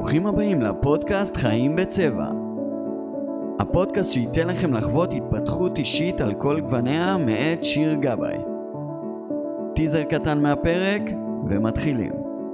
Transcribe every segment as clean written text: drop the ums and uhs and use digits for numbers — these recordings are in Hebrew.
ברוכים הבאים לפודקאסט חיים בצבע. הפודקאסט שייתן לכם לחוות התפתחות אישית על כל גווניה מאת שיר גבאי. טיזר קטן מהפרק ומתחילים.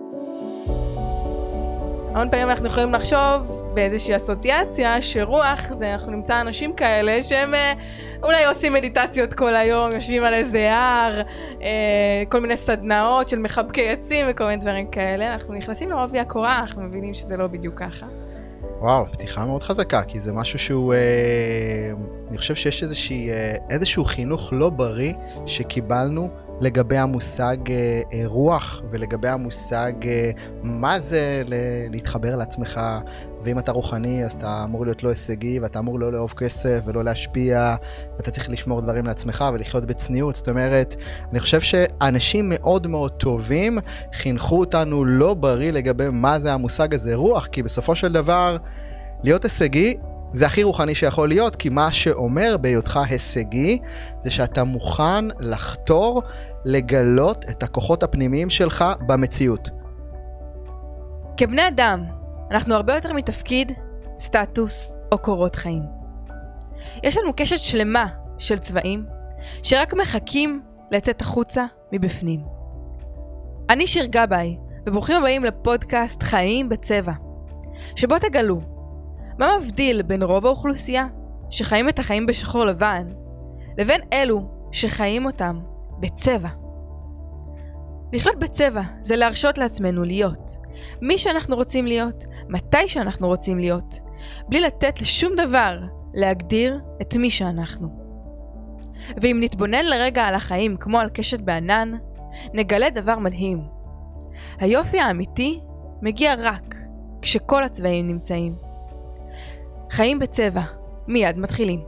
המון פעמים אנחנו יכולים לחשוב באיזושהי אסוציאציה שרוח זה אנחנו נמצא אנשים כאלה שהם אולי עושים מדיטציות כל היום, יושבים על איזה הר, כל מיני סדנאות של מחבקי עצים וכל מיני דברים כאלה. אנחנו נכנסים לעובי הקורה, אנחנו מבינים שזה לא בדיוק ככה. וואו, פתיחה מאוד חזקה, כי זה משהו שהוא, אני חושב שיש איזשהו חינוך לא בריא שקיבלנו לגבי המושג רוח ולגבי המושג מה זה להתחבר לעצמך, ואם אתה רוחני אז אתה אמור להיות לא הישגי ואתה אמור לא לאהוב כסף ולא להשפיע ואתה צריך לשמור דברים לעצמך ולחיות בצניעות. זאת אומרת, אני חושב שאנשים מאוד מאוד טובים חינכו אותנו לא בריא לגבי מה זה המושג הזה רוח, כי בסופו של דבר להיות הישגי זה הכי רוחני שיכול להיות, כי מה שאומר בהיותך הישגי זה שאתה מוכן לחתור לגלות את הכוחות הפנימיים שלך במציאות. כבני אדם, אנחנו הרבה יותר מתפקיד, סטטוס או קורות חיים. יש לנו קשת שלמה של צבעים שרק מחכים לצאת החוצה מבפנים. אני שיר גבאי, וברוכים הבאים לפודקאסט חיים בצבע, שבו תגלו מה מבדיל בין רוב האוכלוסייה שחיים את החיים בשחור לבן, לבין אלו שחיים אותם בצבע. לחיות בצבע זה להרשות לעצמנו להיות מי שאנחנו רוצים להיות, מתי שאנחנו רוצים להיות, בלי לתת לשום דבר להגדיר את מי שאנחנו. ואם נתבונן לרגע על החיים כמו על קשת בענן, נגלה דבר מדהים. היופי האמיתי מגיע רק כשכל הצבעים נמצאים. חיים בצבע, מיד מתחילים.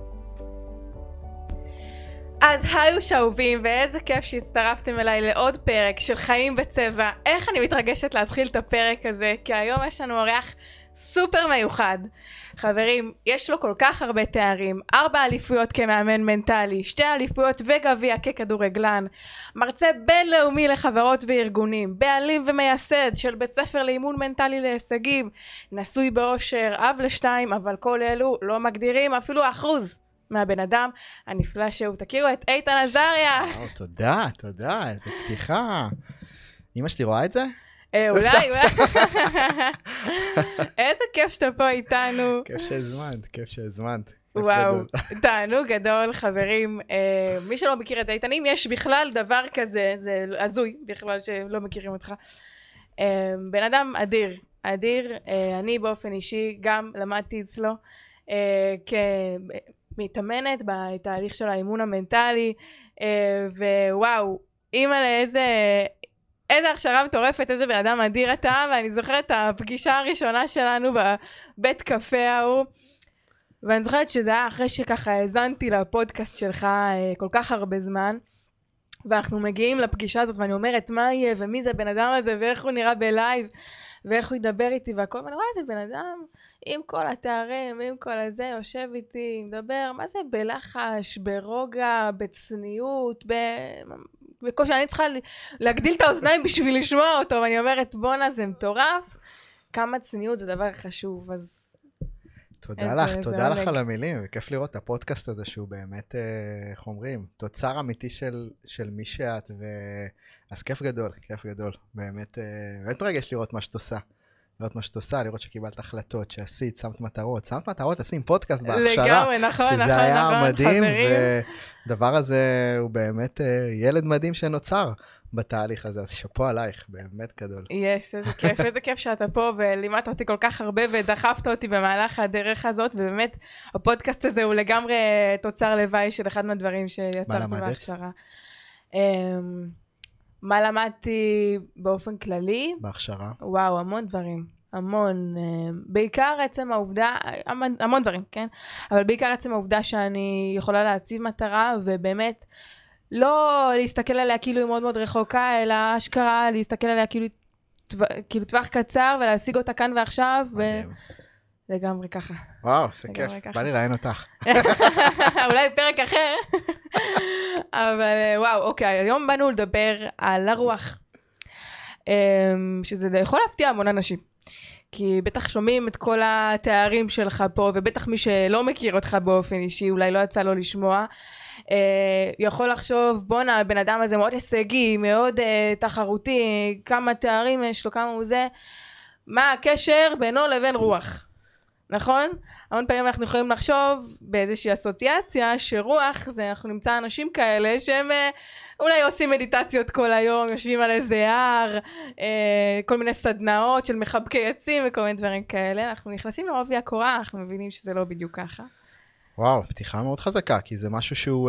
אז היו שאהובים, ואיזה כיף שהצטרפתם אליי לעוד פרק של חיים בצבע. איך אני מתרגשת להתחיל את הפרק הזה, כי היום יש לנו אורח סופר מיוחד. חברים, יש לו כל כך הרבה תארים, 4 אליפויות כמאמן מנטלי, 2 אליפויות וגביע ככדורגלן, מרצה בינלאומי לחברות וארגונים, בעלים ומייסד של בית ספר לאימון מנטלי להישגים, נשוי באושר, אב ל2, אבל כל אלו לא מגדירים אפילו 1% מהבן אדם הנפלא שהוא. תכירו את איתן עזריה. תודה, איזה פתיחה. אמא שלי רואה את זה? אולי. איזה כיף שאתה פה איתנו. כיף שהזמנת. וואו, תענוג גדול חברים. מי שלא מכיר את איתן, אם יש בכלל דבר כזה, זה הזוי בכלל שלא מכירים אותך. בן אדם אדיר, אני באופן אישי גם למדתי אצלו כמתאמנת בתהליך של האימון המנטלי, ווואו, אימא איזה הכשרה מטורפת, איזה בן אדם אדיר אתה, ואני זוכרת את הפגישה הראשונה שלנו בבית קפה ההוא, ואני זוכרת שזה היה אחרי שככה האזנתי לפודקאסט שלך כל כך הרבה זמן, ואנחנו מגיעים לפגישה הזאת ואני אומרת מה יהיה ומי זה בן אדם הזה ואיך הוא נראה בלייב ואיך הוא ידבר איתי והכל, ואני רואה איזה בן אדם עם כל התארים, עם כל הזה, יושב איתי, מדבר, מה זה בלחש, ברוגע, בצניעות, בקושי, אני צריכה להגדיל את האוזניים בשביל לשמוע אותו, ואני אומרת, בונה, זה מטורף, כמה צניעות זה דבר חשוב, אז... תודה לך על המילים, וכיף לראות את הפודקאסט הזה, שהוא באמת, איך אומרים, תוצר אמיתי של מי שאת, אז כיף גדול, באמת מרגש לראות מה שאת עושה, לראות שקיבלת החלטות, שעשית, שמת מטרות, לשים פודקאסט בהכשרה, לגמרי, נכון, שזה היה מדהים, חברים. ודבר הזה הוא באמת ילד מדהים שנוצר בתהליך הזה, אז שפו עלייך, באמת גדול. יש, איזה כיף שאתה פה, ולימדת אותי כל כך הרבה, ודחפת אותי במהלך הדרך הזאת, ובאמת, הפודקאסט הזה הוא לגמרי תוצר לוואי של אחד מהדברים שיצרתי בהכשרה. מה למדתי באופן כללי? בהכשרה. וואו, המון דברים. בעיקר עצם העובדה, המון דברים, כן? אבל בעיקר עצם העובדה שאני יכולה להציב מטרה, ובאמת לא להסתכל עליה כאילו היא מאוד מאוד רחוקה, אלא אשכרה להסתכל עליה כאילו טווח קצר, ולהשיג אותה כאן ועכשיו, לגמרי ככה. וואו, זה כיף. בא לי ראיין אותך. אולי פרק אחר. אבל וואו, אוקיי, היום באנו לדבר על הרוח. שזה יכול להפתיע המון אנשים. כי בטח שומעים את כל התארים שלך פה, ובטח מי שלא מכיר אותך באופן אישי, אולי לא יצא לו לשמוע, יכול לחשוב, בונה, הבן אדם הזה מאוד הישגי, מאוד תחרותי, כמה תארים יש לו, כמה הוא זה, מה הקשר בינו לבין רוח, נכון? המון פעמים אנחנו יכולים לחשוב באיזושהי אסוציאציה שרוח זה, אנחנו נמצא אנשים כאלה שהם אולי עושים מדיטציות כל היום, יושבים על איזה הר, כל מיני סדנאות של מחבקי עצים וכל מיני דברים כאלה. אנחנו נכנסים לעובי הקורה, אנחנו מבינים שזה לא בדיוק ככה. וואו, פתיחה מאוד חזקה, כי זה משהו שהוא,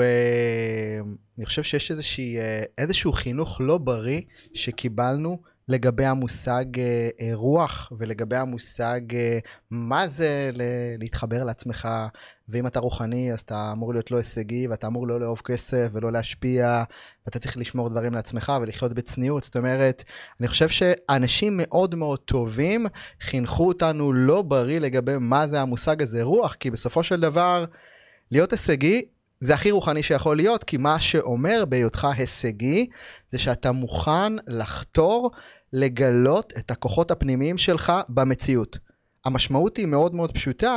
אני חושב שיש איזשהו חינוך לא בריא שקיבלנו לגבי המושג רוח, ולגבי המושג מה זה להתחבר לעצמך, ואם אתה רוחני אז אתה אמור להיות לא הישגי, ואתה אמור לא לאהוב כסף ולא להשפיע, ואתה צריך לשמור דברים לעצמך ולחיות בצניעות. זאת אומרת, אני חושב שאנשים מאוד מאוד טובים חינכו אותנו לא בריא לגבי מה זה המושג הזה רוח, כי בסופו של דבר להיות הישגי זה הכי רוחני שיכול להיות, כי מה שאומר בהיותך הישגי, זה שאתה מוכן לחתור לגלות את הכוחות הפנימיים שלך במציאות. המשמעות היא מאוד מאוד פשוטה,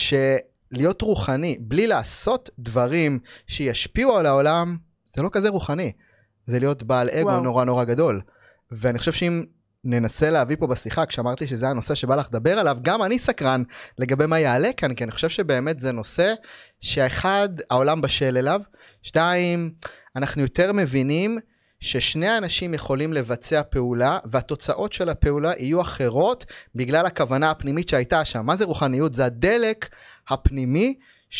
שלהיות רוחני, בלי לעשות דברים שישפיעו על העולם, זה לא כזה רוחני. זה להיות בעל אגו נורא נורא גדול. ואני חושב שאם ננסה להביא פה בשיחה, כשאמרתי שזה הנושא שבא לך לדבר עליו, גם אני סקרן לגבי מה יעלה כאן, כי אני חושב שבאמת זה נושא שאחד, העולם בשל אליו, שתיים, אנחנו יותר מבינים ששני אנשים יכולים לבצע פעולה, והתוצאות של הפעולה יהיו אחרות, בגלל הכוונה הפנימית שהייתה שם. מה זה רוחניות? זה הדלק הפנימי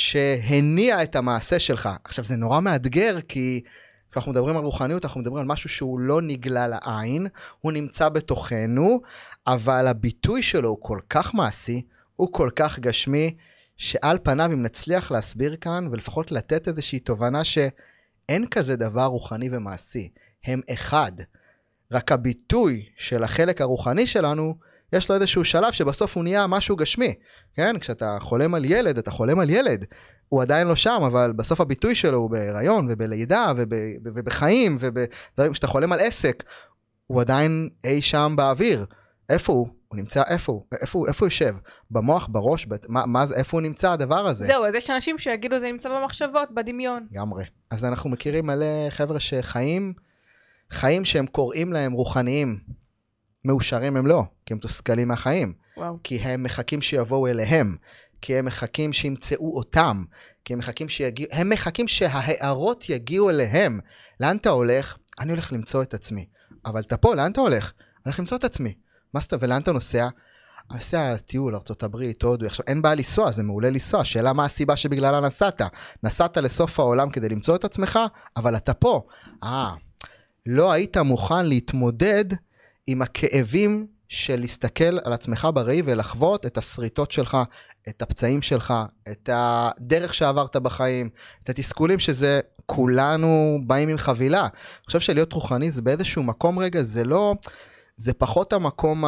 שהניע את המעשה שלך. עכשיו זה נורא מאתגר, כי כשאנחנו מדברים על רוחניות, אנחנו מדברים על משהו שהוא לא נגלה לעין, הוא נמצא בתוכנו, אבל הביטוי שלו הוא כל כך מעשי, הוא כל כך גשמי, שעל פניו אם נצליח להסביר כאן, ולפחות לתת איזושהי תובנה שאין כזה דבר רוחני ומעשי, הם אחד. רק הביטוי של החלק הרוחני שלנו, יש לו איזשהו שלב שבסוף הוא נהיה משהו גשמי. כן? כשאתה חולם על ילד, אתה חולם על ילד. הוא עדיין לא שם, אבל בסוף הביטוי שלו הוא בהיריון ובלידה ובחיים ובדברים. כשאתה חולם על עסק, הוא עדיין אי שם באוויר. איפה הוא? הוא נמצא איפה הוא? איפה הוא יושב? במוח, בראש? איפה הוא נמצא הדבר הזה? זהו, אז יש אנשים שיגידו זה נמצא במחשבות, בדמיון. גמרי. אז אנחנו מכירים מלא חבר'ה שחיים, חיים שהם קוראים להם רוחניים. מאושרים הם לא, כי הם תוסכלים מהחיים. וואו. כי הם מחכים שיבואו אליהם. כי הם מחכים שימצאו אותם. כי הם מחכים שההערות יגיעו אליהם. לאן אתה הולך? אני הולך למצוא את עצמי. אבל אתה פה, לאן אתה הולך? אני הולך למצוא את עצמי. מה זאת? ולאן אתה נוסע? אני נוסע טיול, ארצות הברית, הודו. עכשיו, אין בעיה לנסוע, זה מעולה לנסוע. השאלה מה הסיבה שבגללה נסעת? נסעת לסוף העולם כדי למצוא את עצמך, אבל אתה פה. לא היית מוכן להתמודד עם הכאבים של להסתכל על עצמך בראי ולחוות את הסריטות שלך, את הפצעים שלך, את הדרך שעברת בחיים, את התסכולים שזה כולנו באים עם חבילה. אני חושב שלהיות רוחני זה באיזשהו מקום רגע, זה לא, זה פחות המקום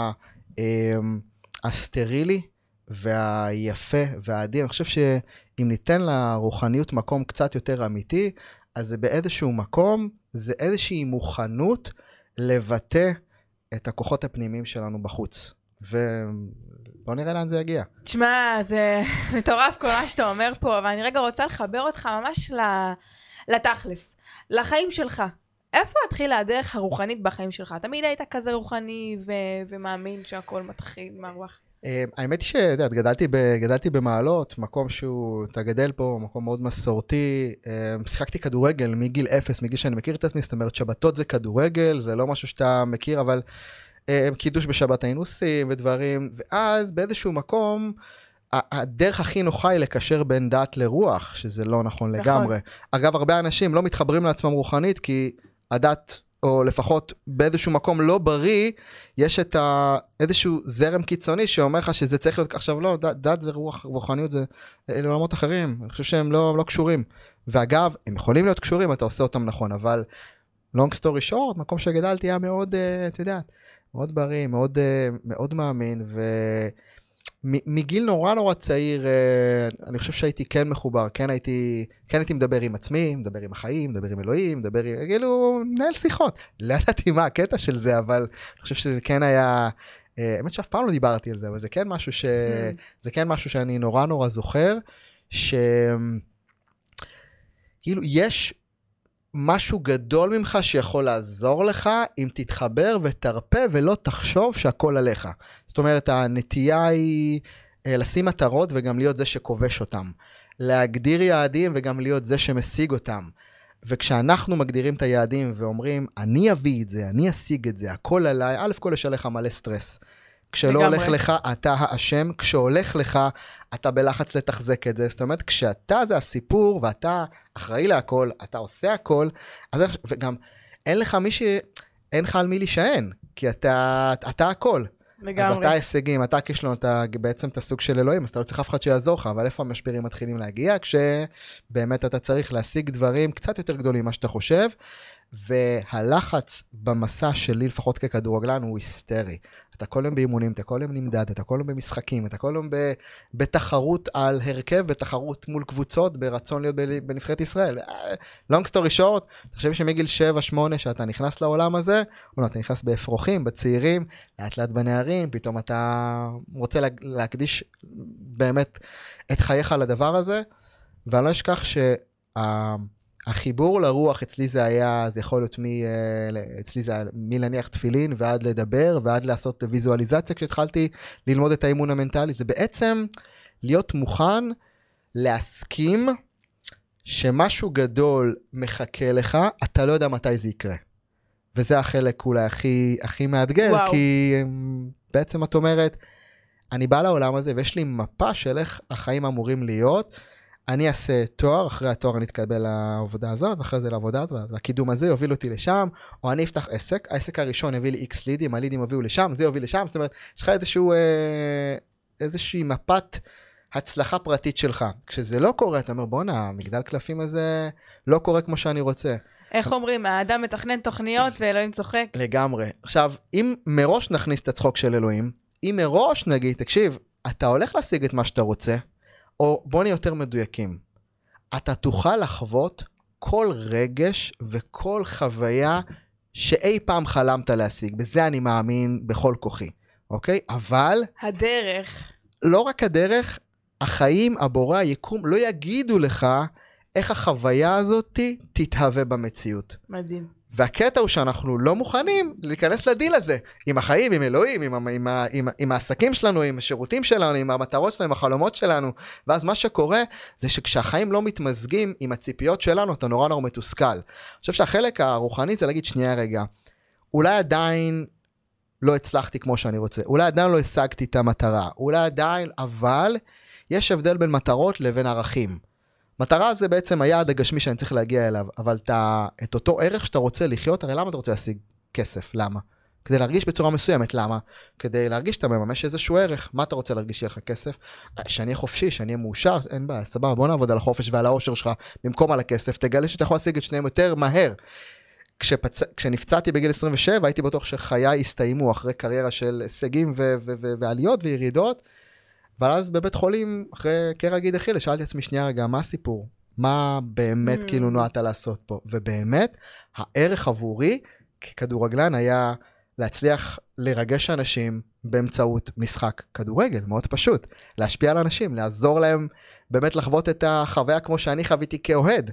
הסטרילי והיפה והעדין. אני חושב שאם ניתן לרוחניות מקום קצת יותר אמיתי, אז זה באיזשהו מקום, זה איזושהי מוכנות לבטא את הכוחות הפנימיים שלנו בחוץ. ובוא נראה לאן זה יגיע. תשמע, זה מטורף כל מה שאתה אומר פה, אבל אני רגע רוצה לחבר אותך ממש לתכלס, לחיים שלך. איפה התחילה הדרך הרוחנית בחיים שלך? תמיד היית כזה רוחני ומאמין שהכל מתחיל מהרוח. האמת היא שגדלתי במעלות, מקום שהוא, אתה גדל פה, מקום מאוד מסורתי, שיחקתי כדורגל מגיל 0, מגיל שאני מכיר את עצמי, זאת אומרת שבתות זה כדורגל, זה לא משהו שאתה מכיר, אבל קידוש בשבת היינו עושים ודברים, ואז באיזשהו מקום, הדרך הכי נוחה היא לקשר בין דת לרוח, שזה לא נכון לגמרי. אגב, הרבה אנשים לא מתחברים לעצמם רוחנית, כי הדת, או לפחות באיזשהו מקום לא בריא, יש את איזשהו זרם קיצוני שאומר לך שזה צריך להיות, עכשיו לא, דת ורוח רוחניות זה עולמות אחרים, אני חושב שהם לא קשורים. ואגב, הם יכולים להיות קשורים, אתה עושה אותם נכון, אבל long story short, מקום שגדלתי היה מאוד, אתה יודע, מאוד בריא, מאוד מאמין, מגיל נורא צעיר, אני חושב שהייתי כן מחובר, כן הייתי מדבר עם עצמי, מדבר עם החיים, מדבר עם אלוהים, מנהל שיחות. לא ידעתי מה הקטע של זה, אבל אני חושב שזה כן היה האמת שאף פעם לא דיברתי על זה, אבל זה כן משהו שאני נורא נורא זוכר, כאילו יש משהו גדול ממך שיכול לעזור לך אם תתחבר ותרפה ולא תחשוב שהכל עליך. זאת אומרת, הנטייה היא לשים מטרות וגם להיות זה שכובש אותם. להגדיר יעדים וגם להיות זה שמשיג אותם. וכשאנחנו מגדירים את היעדים ואומרים, אני אביא את זה, אני אשיג את זה, הכל עליי, א' כל יש עליך מלא סטרס. כשלא הולך לך, אתה האשם, כשהולך לך, אתה בלחץ לתחזק את זה. זאת אומרת, כשאתה זה הסיפור, ואתה אחראי להכל, אתה עושה הכל, אז וגם אין לך אין לך על מי להישען, כי אתה הכל. לגמרי. אז אתה הישגים, אתה הכישלון, אתה בעצם את הסוג של אלוהים, אז אתה לא צריך אף אחד שיעזור לך, אבל איפה המשברים מתחילים להגיע? כשבאמת אתה צריך להשיג דברים קצת יותר גדולים ממה שאתה חושב, והלחץ במסע שלי, לפחות ככדורגלן, הוא היסטרי. אתה כל יום באימונים, אתה כל יום נמדד, אתה כל יום במשחקים, אתה כל יום בתחרות על הרכב, בתחרות מול קבוצות, ברצון להיות בנבחרת ישראל. long story short, אתה חושב שמגיל 7-8 שאתה נכנס לעולם הזה, או לא, אתה נכנס באפרוחים, בצעירים, לאט לאט בנערים, פתאום אתה רוצה להקדיש באמת את חייך לדבר הזה, ואני לא אשכח החיבור לרוח אצלי זה היה, זה יכול להיות אצלי זה היה מלהניח תפילין ועד לדבר ועד לעשות ויזואליזציה כשהתחלתי ללמוד את האימון המנטלי. זה בעצם להיות מוכן להסכים שמשהו גדול מחכה לך, אתה לא יודע מתי זה יקרה. וזה החלק אולי הכי מאתגר, וואו. כי בעצם את אומרת, אני בא לעולם הזה ויש לי מפה של איך החיים אמורים להיות, אני אעשה תואר, אחרי התואר אני אתקבל לעבודה הזאת, ואחרי זה לעבודה הזאת, והקידום הזה יוביל אותי לשם, או אני אפתח עסק, העסק הראשון יביא לי X לידים, הלידים יביאו לשם, זה יוביל לשם, זאת אומרת, יש לך איזושהי מפת הצלחה פרטית שלך. כשזה לא קורה, אתה אומר, בוא'נה, מגדל קלפים הזה לא קורה כמו שאני רוצה. איך אומרים, האדם מתכנן תוכניות ואלוהים צוחק? לגמרי. עכשיו, אם מראש נכניס את הצחוק של אלוהים, אם מראש נגיד, תקשיב, אתה הולך להשיג את מה שאתה רוצה, או בוא נהיה יותר מדויקים, אתה תוכל לחוות כל רגש וכל חוויה שאי פעם חלמת להשיג. בזה אני מאמין בכל כוחי, אוקיי? אבל הדרך. לא רק הדרך, החיים, הבורא, היקום, לא יגידו לך איך החוויה הזאת תתהווה במציאות. מדהים. והקטע הוא שאנחנו לא מוכנים להיכנס לדיל הזה, עם החיים, עם אלוהים, עם העסקים שלנו, עם השירותים שלנו, עם המטרות שלנו, עם החלומות שלנו, ואז מה שקורה זה שכשהחיים לא מתמזגים עם הציפיות שלנו, אתה נורא נורא מתוסכל. אני חושב שהחלק הרוחני זה להגיד שנייה רגע, אולי עדיין לא הצלחתי כמו שאני רוצה, אולי עדיין לא השגתי את המטרה, אולי עדיין, אבל יש הבדל בין מטרות לבין ערכים. מטרה זה בעצם היעד הגשמי שאני צריך להגיע אליו, אבל את אותו ערך שאתה רוצה לחיות, הרי למה אתה רוצה להשיג כסף? למה? כדי להרגיש בצורה מסוימת, למה? כדי להרגיש שאתה מממש איזשהו ערך. מה אתה רוצה להרגיש שיהיה לך כסף? שאני אהיה חופשי, שאני אהיה מאושר, אין בעיה, סבבה, בוא נעבוד על החופש ועל האושר שלך, במקום על הכסף, תגלה שאתה יכול להשיג את שניהם יותר מהר. כשנפצעתי בגיל 27, הייתי בטוח שחיי הסתיימו אחרי קריירה של הישגים ועליות וירידות, אבל אז בבית חולים, אחרי קרע גיד אכילה, שאלתי עצמי שנייה רגע, מה הסיפור? מה באמת כאילו נועדת לעשות פה? ובאמת, הערך עבורי ככדורגלן היה להצליח לרגש אנשים באמצעות משחק כדורגל, מאוד פשוט. להשפיע על אנשים, לעזור להם באמת לחוות את החוויה כמו שאני חוויתי כאוהד,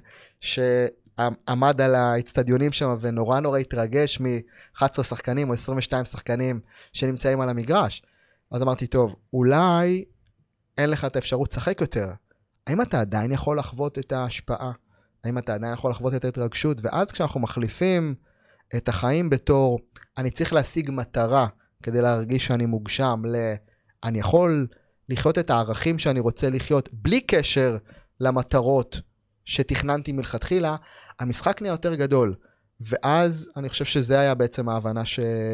שעמד על האצטדיונים שם ונורא נורא התרגש מ-11 שחקנים או 22 שחקנים שנמצאים על המגרש. אז אמרתי, טוב, אולי אין לך את האפשרות לשחק יותר. האם אתה עדיין יכול לחוות את ההשפעה? האם אתה עדיין יכול לחוות את ההתרגשות? ואז כשאנחנו מחליפים את החיים בתור, אני צריך להשיג מטרה כדי להרגיש שאני מוגשם, אני יכול לחיות את הערכים שאני רוצה לחיות, בלי קשר למטרות שתכננתי מלכתחילה, המשחק נהיה יותר גדול. ואז אני חושב שזה היה בעצם ההבנה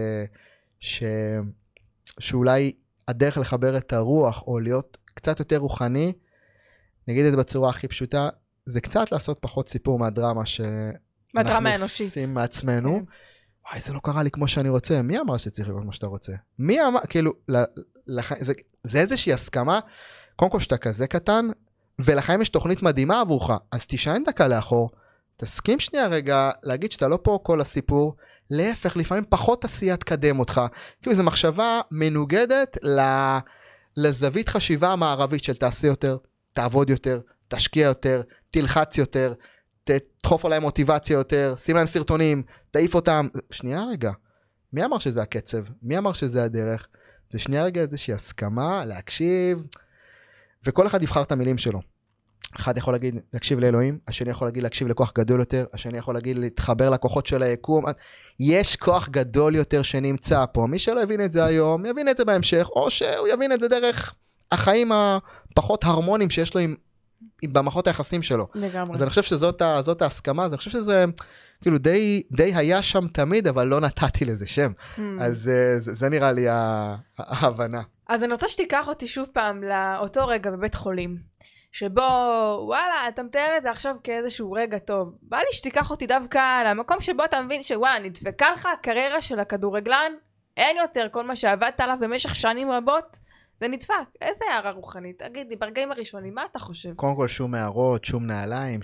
שאולי הדרך לחבר את הרוח, או להיות קצת יותר רוחני, נגיד את זה בצורה הכי פשוטה, זה קצת לעשות פחות סיפור מהדרמה מהדרמה האנושית. עושים מעצמנו. וואי, זה לא קרה לי כמו שאני רוצה. מי אמר שצריך לקרות כמו שאתה רוצה? מי אמר, כאילו, זה איזושהי הסכמה, קודם כל שאתה כזה קטן, ולחיים יש תוכנית מדהימה עבורך, אז תישען דקה לאחור, תסכים שנייה רגע, להגיד שאתה לא פה כל הסיפור, להפך, לפעמים פחות עשייה תקדם אותך. כאילו זו מחשבה מנוגדת לזווית חשיבה המערבית של תעשה יותר, תעבוד יותר, תשקיע יותר, תלחץ יותר, תדחוף עליהם מוטיבציה יותר, שים להם סרטונים, תעיף אותם. שנייה רגע, מי אמר שזה הקצב? מי אמר שזה הדרך? זה שנייה רגע איזושהי הסכמה, להקשיב, וכל אחד יבחר את המילים שלו. אחד יכול להגיד להקשיב לאלוהים, השני יכול להגיד להקשיב לכוח גדול יותר, השני יכול להגיד להתחבר לכוחות של היקום. יש כוח גדול יותר שנמצא פה, מי שלא יבין את זה היום, יבין את זה בהמשך, או שהוא יבין את זה דרך החיים הפחות הרמוניים שיש לו במערכות היחסים שלו. לגמרי. אז אני חושב שזאת ההסכמה, אז אני חושב שזה כאילו די היה שם תמיד, אבל לא נתתי לזה שם. אז זה נראה לי ההבנה. אז אני רוצה שתיקח אותי שוב פעם לאותו רגע בבית חולים, שבו, וואלה, אתה מתאר את זה עכשיו כאיזשהו רגע טוב. בא לי שתיקח אותי דווקא למקום שבו אתה מבין שוואלה, נדפקה לך הקריירה של הכדורגלן, אין יותר כל מה שעבדת עליו במשך שנים רבות, זה נדפק. איזה הערה רוחנית? תגיד לי, ברגעים הראשונים, מה אתה חושב? קודם כל, שום הערות, שום נעליים,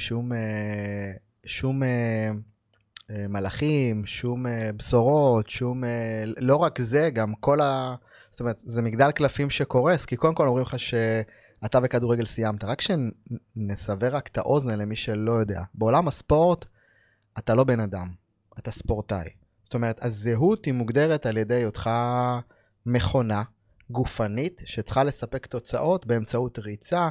שום מלאכים, שום בשורות, לא רק זה, גם זאת אומרת, זה מגדל קלפים שקורס, כי קודם כל אומרים לך שאתה בכדורגל סיימת. רק שנסבר רק את האוזן למי שלא יודע. בעולם הספורט, אתה לא בן אדם, אתה ספורטאי. זאת אומרת, הזהות היא מוגדרת על ידי אותך מכונה, גופנית, שצריכה לספק תוצאות באמצעות ריצה,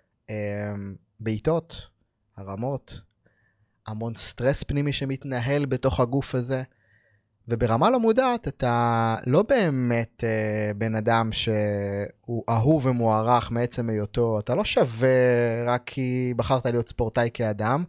בעיטות, הרמות, המון סטרס פנימי שמתנהל בתוך הגוף הזה, וברמה לא מודעת אתה לא באמת בן אדם שהוא אהוב ומוערך מעצם היותו, אתה לא שווה רק כי בחרת להיות ספורטאי כאדם,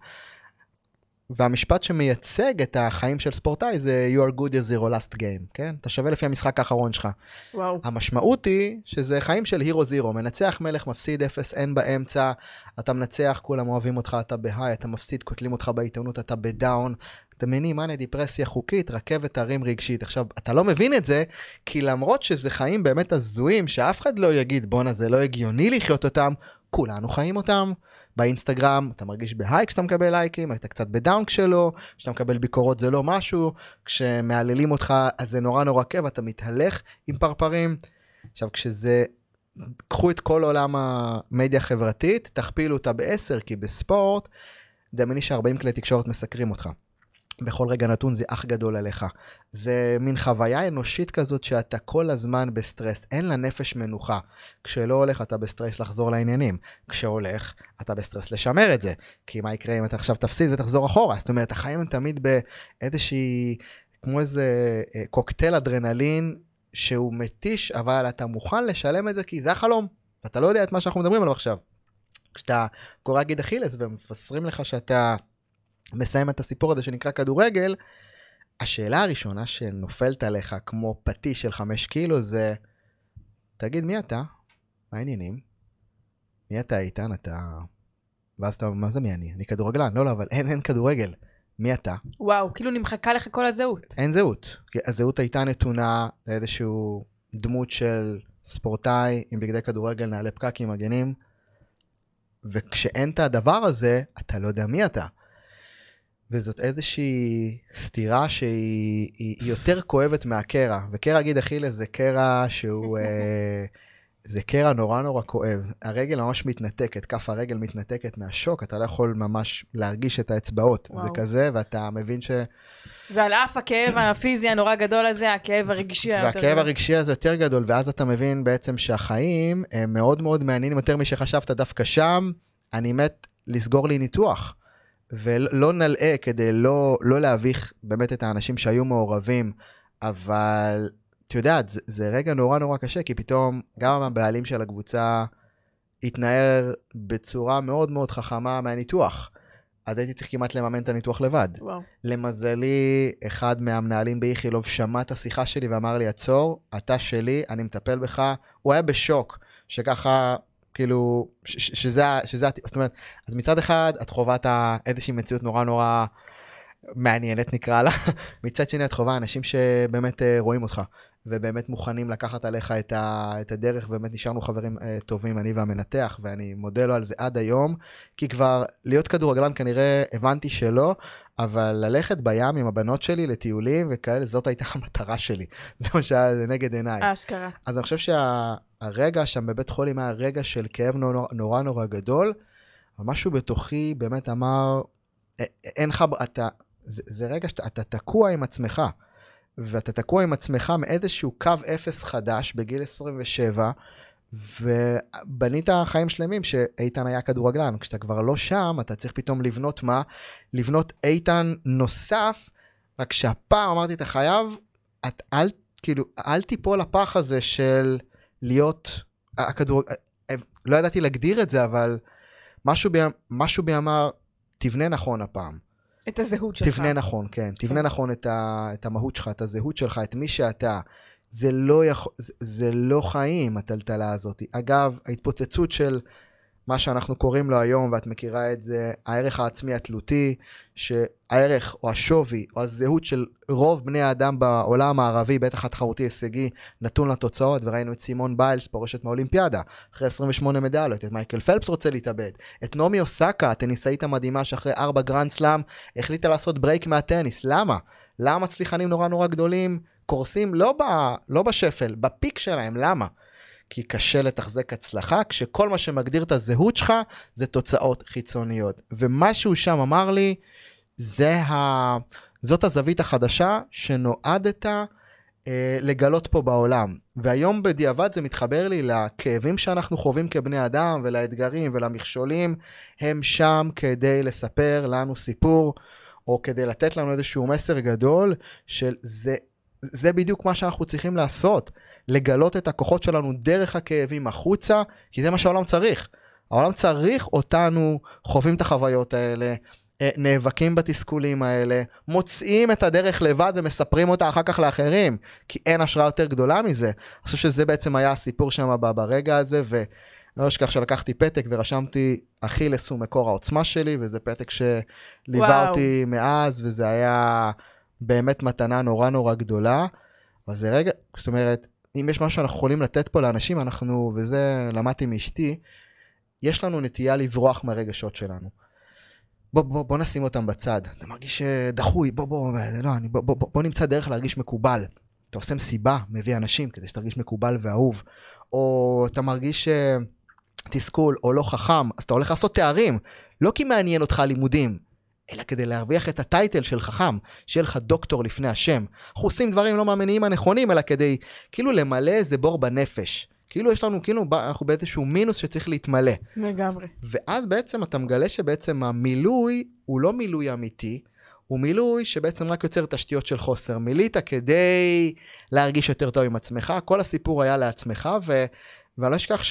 והמשפט שמייצג את החיים של ספורטאי זה you are good as your last game, כן? אתה שווה לפי המשחק האחרון שלך. וואו. המשמעות היא שזה חיים של הירו זירו, מנצח מלך, מפסיד אפס, אין באמצע, אתה מנצח, כולם אוהבים אותך, אתה בהיי, אתה מפסיד, קוטלים אותך בעיתונות, אתה בדאון, אתה מבין, מה דיפרסיה חוקית, רכבת הרים רגשית. עכשיו, אתה לא מבין את זה, כי למרות שזה חיים באמת הזויים, שאף אחד לא יגיד, בונה, זה לא הגיוני לחיות אותם, כולנו חיים אותם. באינסטגרם, אתה מרגיש בהיי כשאתה מקבל לייקים, אתה קצת בדאון כשלא, כשאתה מקבל ביקורות זה לא משהו, כשמעללים אותך, אז זה נורא נורא כיף, אתה מתהלך עם פרפרים. עכשיו, קחו את כל עולם המדיה החברתית, תכפילו אותה ב10, כי בספורט, דמייני ש40 כלי תקשורת מסקרים אותך. בכל רגע נתון זה אח גדול עליך. זה מין חוויה אנושית כזאת שאתה כל הזמן בסטרס, אין לה נפש מנוחה. כשלא הולך אתה בסטרס לחזור לעניינים, כשהולך אתה בסטרס לשמר את זה, כי מה יקרה אם אתה עכשיו תפסיד ותחזור אחורה? זאת אומרת, החיים הם תמיד באיזושהי, כמו איזה קוקטייל אדרנלין שהוא מתיש, אבל אתה מוכן לשלם את זה כי זה החלום, ואתה לא יודע את מה שאנחנו מדברים עליו עכשיו. כשאתה קורא גיד אכילס ומפסרים לך שאתה מסיים את הסיפור הזה שנקרא כדורגל, השאלה הראשונה שנופלת עליך כמו פטיש של 5 קילו זה, תגיד מי אתה? מה העניינים? מי אתה איתן? ואז אתה אומר, מה זה מי אני? אני כדורגלן. לא, אבל אין כדורגל. מי אתה? וואו, כאילו נמחקה לך כל הזהות. אין זהות. הזהות הייתה נתונה לאיזשהו דמות של ספורטאי עם בגדי כדורגל, נעלי פקקים, מגנים, וכשאין את הדבר הזה, אתה לא יודע מי אתה. וזאת איזושהי סתירה שהיא יותר כואבת מהקרע. וקרע גיד אכילס זה קרע שהוא, זה קרע נורא נורא כואב. הרגל ממש מתנתקת, כף הרגל מתנתקת מהשוק, אתה לא יכול ממש להרגיש את האצבעות. וואו. זה כזה, ואתה מבין ועל אף הכאב הפיזי הנורא גדול הזה, הכאב הרגשי והכאב הרגשי הזה יותר גדול, ואז אתה מבין בעצם שהחיים הם מאוד מאוד מעניינים, יותר משחשבת דווקא שם, אני מת לסגור לי ניתוח. ולא נלאה כדי לא להביך באמת את האנשים שהיו מעורבים, אבל אתה יודעת, זה רגע נורא נורא קשה, כי פתאום גם הבעלים של הקבוצה התנער בצורה מאוד מאוד חכמה מהניתוח. אז הייתי צריך כמעט לממן את הניתוח לבד. וואו. למזלי, אחד מהמנהלים באיכילוב שמע את השיחה שלי ואמר לי, עצור, אתה שלי, אני מטפל בך. הוא היה בשוק, שככה כאילו, זאת אומרת, אז מצד אחד, את חובת איזושהי מציאות נורא נורא מעניינת נקרא לה, מצד שני את חובה אנשים שבאמת רואים אותך, ובאמת מוכנים לקחת עליך את הדרך, ובאמת נשארנו חברים טובים, אני והמנתח, ואני מודה לו על זה עד היום, כי כבר להיות כדורגלן כנראה הבנתי שלא, אבל ללכת בים עם הבנות שלי לטיולים וכאלה, זאת הייתה המטרה שלי. זה מה שהיה לנגד עיניי. אשכרה. אז אני חושב שהרגע שם בבית חולים היה רגע של כאב נורא נורא גדול, ומשהו בתוכי באמת אמר, אין לך, זה רגע שאתה תקוע עם עצמך, ואתה תקוע עם עצמך מאיזשהו קו אפס חדש בגיל 27, ובנית חיים שלמים שאיתן היה כדורגלן. כשאתה כבר לא שם, אתה צריך פתאום לבנות מה? לבנות איתן נוסף, רק שהפעם אמרתי, אתה חייב, אל תיפול לפח הזה של להיות לא ידעתי להגדיר את זה, אבל משהו בי אמר, תבנה נכון הפעם. את הזהות שלך. תבנה נכון, כן. תבנה נכון את המהות שלך, את הזהות שלך, את מי שאתה. זה לא חיים, הטלטלה הזאת. אגב, ההתפוצצות של מה שאנחנו קוראים לו היום, ואת מכירה את זה, הערך העצמי התלותי, שהערך או השווי או הזהות של רוב בני האדם בעולם הערבי, בטח התחרותי הישגי, נתון לתוצאות, וראינו את סימון ביילס פורשת מהאולימפיאדה, אחרי 28 מדליות, את מייקל פלפס רוצה להתאבד, את נעמי אוסקה, הטניסאית המדהימה שאחרי 4 גרנד סלאם, החליטה לעשות ברייק מהטניס. למה? למה צליחנים נורא נורא גדולים קורסים לא בשפל, בפיק שלהם? למה? כי קשה לתחזק הצלחה, כשכל מה שמגדיר את הזהות שלך, זה תוצאות חיצוניות. ומשהו שם אמר לי, זאת הזווית החדשה שנועדת לגלות פה בעולם. והיום בדיעבד זה מתחבר לי לכאבים שאנחנו חווים כבני אדם, ולאתגרים ולמכשולים, הם שם כדי לספר לנו סיפור, או כדי לתת לנו איזשהו מסר גדול, של זה בדיוק מה שאנחנו צריכים לעשות. לגלות את הכוחות שלנו דרך הכאבים החוצה, כי זה מה שהעולם צריך. העולם צריך אותנו, חווים את החוויות האלה, נאבקים בתסכולים האלה, מוצאים את הדרך לבד ומספרים אותה אחר כך לאחרים, כי אין השראה יותר גדולה מזה. אני חושב שזה בעצם היה הסיפור שם ברגע הזה, ולא אשכח שלקחתי פתק ורשמתי, אכילס הוא מקור העוצמה שלי, וזה פתק שליווה אותי מאז, וזה היה באמת מתנה נורא נורא גדולה. אבל זה רגע, זאת אומרת, אם יש משהו שאנחנו יכולים לתת פה לאנשים, וזה למדתי מאשתי, יש לנו נטייה לברוח מהרגשות שלנו. בוא נשים אותם בצד. אתה מרגיש דחוי, בוא נמצא דרך להרגיש מקובל. אתה עושה מסיבה, מביא אנשים כדי שתרגיש מקובל ואהוב. או אתה מרגיש תסכול או לא חכם, אז אתה הולך לעשות תארים. לא כי מעניין אותך לימודים, אלא כדי להרוויח את הטייטל של חכם, שיהיה לך דוקטור לפני השם. אנחנו עושים דברים לא מהמניעים הנכונים, אלא כדי כאילו למלא איזה בור בנפש. כאילו יש לנו, אנחנו באיזשהו מינוס שצריך להתמלא. לגמרי. ואז בעצם אתה מגלה שבעצם המילוי הוא לא מילוי אמיתי, הוא מילוי שבעצם רק יוצר תשתיות של חוסר. מילית כדי להרגיש יותר טוב עם עצמך, כל הסיפור היה לעצמך, ואני לא אשכח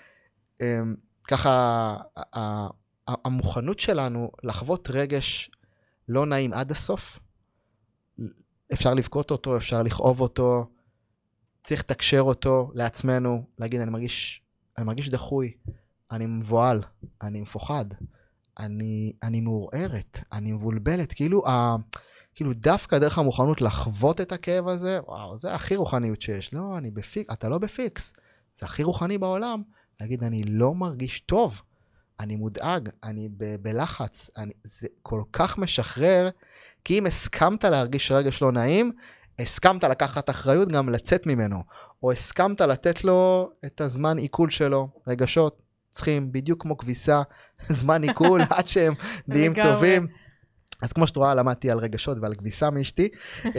שככה המוכנות שלנו לחוות רגש לא נעים עד הסוף, אפשר לבכות אותו, אפשר לכאוב אותו, צריך לתקשר אותו לעצמנו, להגיד אני מרגיש דחוי, אני מבועל, אני מפוחד, אני מעורערת, אני מבולבלת, כאילו דווקא דרך המוכנות לחוות את הכאב הזה, וואו, זה הכי רוחניות שיש. לא, אתה לא בפיקס, זה הכי רוחני בעולם, להגיד אני לא מרגיש טוב, אני מודאג, אני בלחץ, זה כל כך משחרר, כי אם הסכמת להרגיש רגש לא נעים, הסכמת לקחת אחריות גם לצאת ממנו, או הסכמת לתת לו את הזמן עיכול שלו. רגשות צריכים בדיוק כמו כביסה, זמן עיכול עד שהם נהיים טובים. אז כמו שאת רואה, למדתי על רגשות ועל כביסה מאשתי.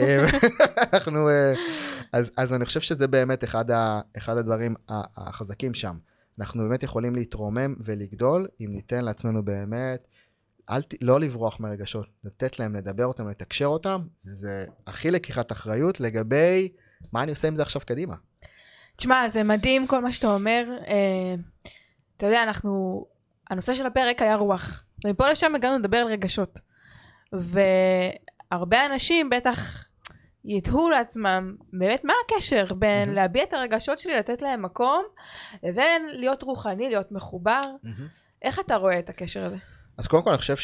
אז אני חושב שזה באמת אחד הדברים החזקים שם. אנחנו באמת יכולים להתרומם ולגדול, אם ניתן לעצמנו באמת, לא לברוח מהרגשות, לתת להם, לדבר אותם, לתקשר אותם, זה הכי לקיחת אחריות לגבי מה אני עושה עם זה עכשיו קדימה. תשמע, זה מדהים כל מה שאתה אומר. אתה יודע, הנושא של הפרק היה רוח, ומפה לשם הגענו לדבר על רגשות. והרבה אנשים בטח יתהו לעצמם, באמת מה הקשר בין להביע את הרגשות שלי, לתת להם מקום, לבין להיות רוחני, להיות מחובר. איך אתה רואה את הקשר הזה? אז קודם כל אני חושב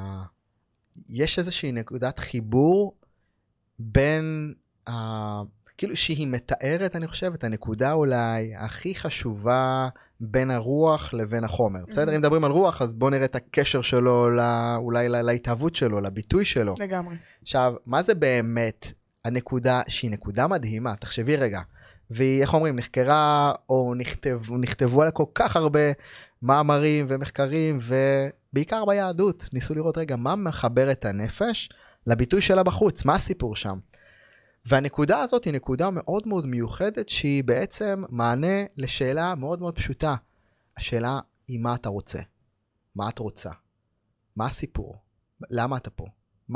יש איזושהי נקודת חיבור בין, כאילו שהיא מתארת, אני חושב, את הנקודה אולי הכי חשובה בין הרוח לבין החומר. בסדר? אם מדברים על רוח, אז בואו נראה את הקשר שלו, אולי להתהוות שלו, לביטוי שלו. לגמרי. עכשיו, מה זה באמת הנקודה שהיא נקודה מדהימה? תחשבי רגע. והיא, איך אומרים, נחקרה או נכתבו עליה כל כך הרבה מאמרים ומחקרים, ובעיקר ביהדות, ניסו לראות רגע מה מחבר את הנפש לביטוי שלה בחוץ, מה הסיפור שם. והנקודה הזאת היא נקודה מאוד מאוד מיוחדת, שהיא בעצם מענה לשאלה מאוד מאוד פשוטה. השאלה היא מה אתה רוצה? מה את רוצה? מה הסיפור? למה אתה פה?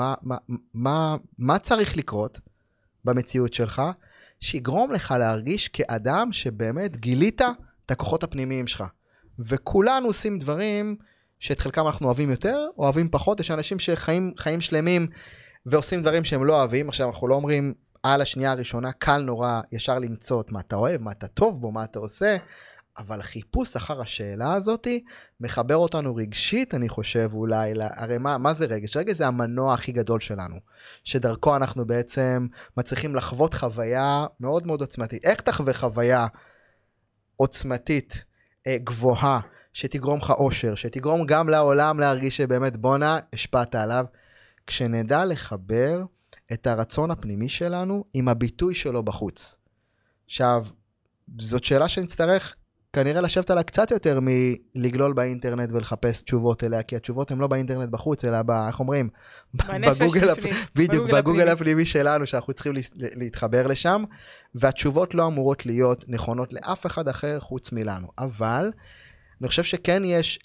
מה צריך לקרות במציאות שלך, שיגרום לך להרגיש כאדם שבאמת גילית את הכוחות הפנימיים שלך. וכולנו עושים דברים שאת חלקם אנחנו אוהבים יותר, או אוהבים פחות. יש אנשים שחיים חיים שלמים ועושים דברים שהם לא אוהבים. עכשיו אנחנו לא אומרים על השנייה הראשונה, קל נורא ישר למצוא את מה אתה אוהב, מה אתה טוב בו, מה אתה עושה, אבל החיפוש אחר השאלה הזאת מחבר אותנו רגשית, אני חושב אולי, הרי מה זה רגש? רגש זה המנוע הכי גדול שלנו, שדרכו אנחנו בעצם מצליחים לחוות חוויה מאוד מאוד עוצמתית. איך תחווה חוויה עוצמתית, גבוהה, שתגרום לך אושר, שתגרום גם לעולם להרגיש שבאמת בונה, השפעת עליו, כשנדע לחבר את הרצון הפנימי שלנו עם הביטוי שלו בחוץ. עכשיו, זאת שאלה שנצטרך כנראה לשבת עליה קצת יותר מלגלול באינטרנט ולחפש תשובות אליה, כי התשובות הן לא באינטרנט בחוץ, אלא איך אומרים? בגוגל הפנימי שלנו, שאנחנו צריכים להתחבר לשם, והתשובות לא אמורות להיות נכונות לאף אחד אחר חוץ מלנו. אבל אני חושב שכן יש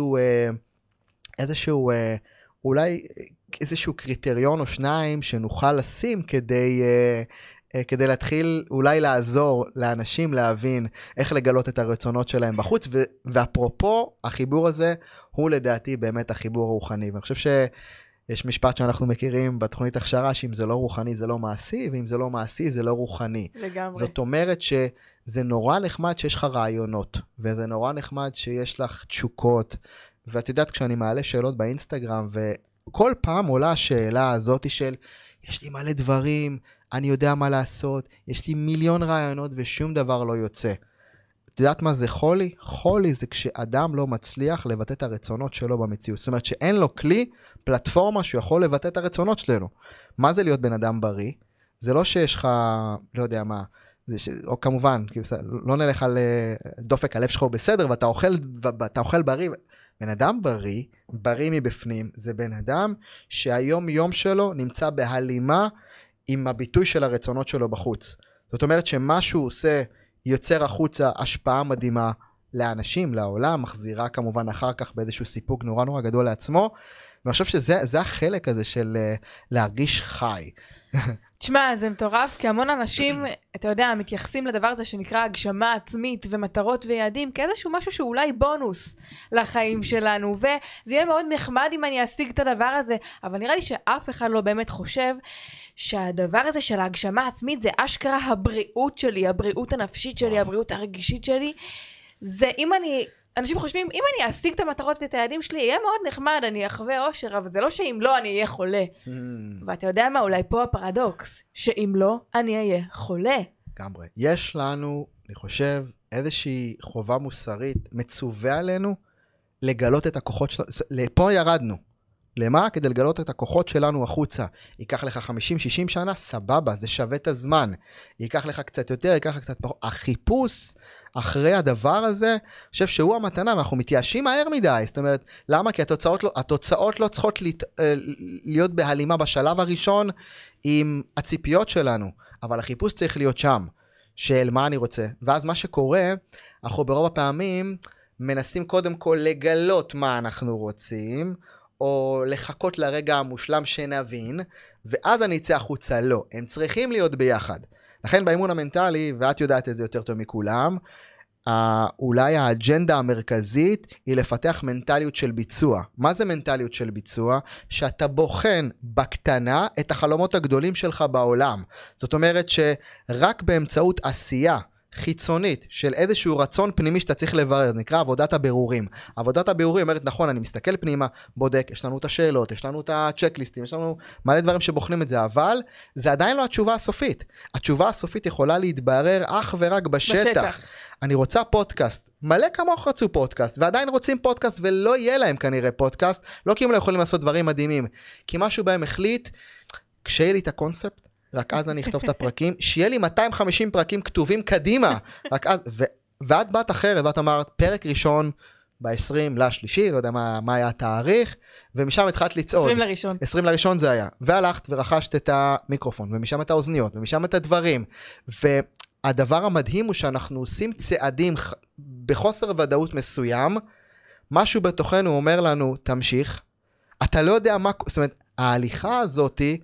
אולי איזשהו קריטריון או שניים שנוכל לשים כדי להתחיל אולי לעזור לאנשים להבין איך לגלות את הרצונות שלהם בחוץ, ואפרופו החיבור הזה הוא לדעתי באמת החיבור הרוחני, ואני חושב שיש משפט שאנחנו מכירים בתוכנית הכשרה, שאם זה לא רוחני זה לא מעשי, ואם זה לא מעשי זה לא רוחני. לגמרי. זאת אומרת שזה נורא נחמד שיש לך רעיונות, וזה נורא נחמד שיש לך תשוקות, ואת יודעת כשאני מעלה שאלות באינסטגרם, וכל פעם עולה השאלה הזאת של יש לי מלא דברים, אני יודע מה לעשות, יש לי מיליון רעיונות ושום דבר לא יוצא. את יודעת מה זה חולי? חולי זה כשאדם לא מצליח לבטא את הרצונות שלו במציאות. זאת אומרת שאין לו כלי, פלטפורמה שהוא יכול לבטא את הרצונות שלנו. מה זה להיות בן אדם בריא? זה לא שיש לך, לא יודע מה, או כמובן, לא נלך על דופק הלב שלך הוא בסדר, ואתה אוכל בריא. בן אדם בריא מבפנים, זה בן אדם שהיום יום שלו נמצא בהלימה עם הביטוי של הרצונות שלו בחוץ. זאת אומרת שמה שהוא עושה יוצר החוצה השפעה מדהימה לאנשים, לעולם, מחזירה כמובן אחר כך באיזשהו סיפוק נורא נורא גדול לעצמו, ואני חושב שזה החלק הזה של להרגיש חי. תשמע, זה מטורף, כי המון אנשים, אתה יודע, מתייחסים לדבר הזה שנקרא הגשמה עצמית ומטרות ויעדים, כאיזשהו משהו שהוא אולי בונוס לחיים שלנו, וזה יהיה מאוד נחמד אם אני אשיג את הדבר הזה, אבל נראה לי שאף אחד לא באמת חושב שהדבר הזה של ההגשמה העצמית זה אשכרה הבריאות שלי, הבריאות הנפשית שלי, הבריאות הרגישית שלי. זה אם אנשים חושבים, אם אני אשיג את המטרות ואת היעדים שלי, יהיה מאוד נחמד, אני אחווה אושר, אבל זה לא שאם לא, אני אהיה חולה. ואתה יודע מה, אולי פה הפרדוקס, שאם לא, אני אהיה חולה. גמרי. יש לנו, אני חושב, איזושהי חובה מוסרית, מצווה עלינו, לגלות את הכוחות שלנו. לפה ירדנו. למה? כדי לגלות את הכוחות שלנו החוצה. ייקח לך 50-60 שנה, סבבה, זה שווה את הזמן. ייקח לך קצת יותר, ייקח לך קצת פחות. החיפוש אחרי הדבר הזה, אני חושב שהוא המתנה, ואנחנו מתייאשים מהר מדי. זאת אומרת, למה? כי התוצאות לא צריכות להיות בהלימה בשלב הראשון עם הציפיות שלנו, אבל החיפוש צריך להיות שם, של מה אני רוצה. ואז מה שקורה, אנחנו ברוב הפעמים מנסים קודם כל לגלות מה אנחנו רוצים, או לחכות לרגע המושלם שנבין, ואז אני אצא החוצה. לא, הם צריכים להיות ביחד. לכן באימון המנטלי, ואת יודעת את זה יותר טוב מכולם, אולי האג'נדה המרכזית היא לפתח מנטליות של ביצוע. מה זה מנטליות של ביצוע? שאתה בוחן בקטנה את החלומות הגדולים שלך בעולם. זאת אומרת שרק באמצעות עשייה חיצונית של איזשהו רצון פנימי שאתה צריך לברר, זה נקרא עבודת הבירורים. עבודת הבירורים אומרת, נכון, אני מסתכל פנימה, בודק, יש לנו את השאלות, יש לנו את הצ'קליסטים, יש לנו מלא דברים שבוחנים את זה, אבל זה עדיין לא התשובה הסופית. התשובה הסופית יכולה להתברר אך ורק בשטח. אני רוצה פודקאסט, מלא כמוך רצו פודקאסט, ועדיין רוצים פודקאסט ולא יהיה להם כנראה פודקאסט, לא כי הם לא יכולים לעשות דברים מדהימים, כי משהו בהם החליט, כשיהיה לי את הקונספט, רק אז אני אכתוב את הפרקים, שיהיה לי 250 פרקים כתובים קדימה, רק אז, ואת באת אחרת, ואת אמרת, פרק ראשון ב-20 לשלישי, לא יודע מה היה התאריך, ומשם התחלת לצעוד. 20 לראשון. 20 לראשון זה היה, והלכת ורכשת את המיקרופון, ומשם את האוזניות, ומשם את הדברים, והדבר המדהים הוא שאנחנו עושים צעדים בחוסר ודאות מסוים, משהו בתוכנו אומר לנו, תמשיך, אתה לא יודע מה, זאת אומרת, ההליכה הזאתי,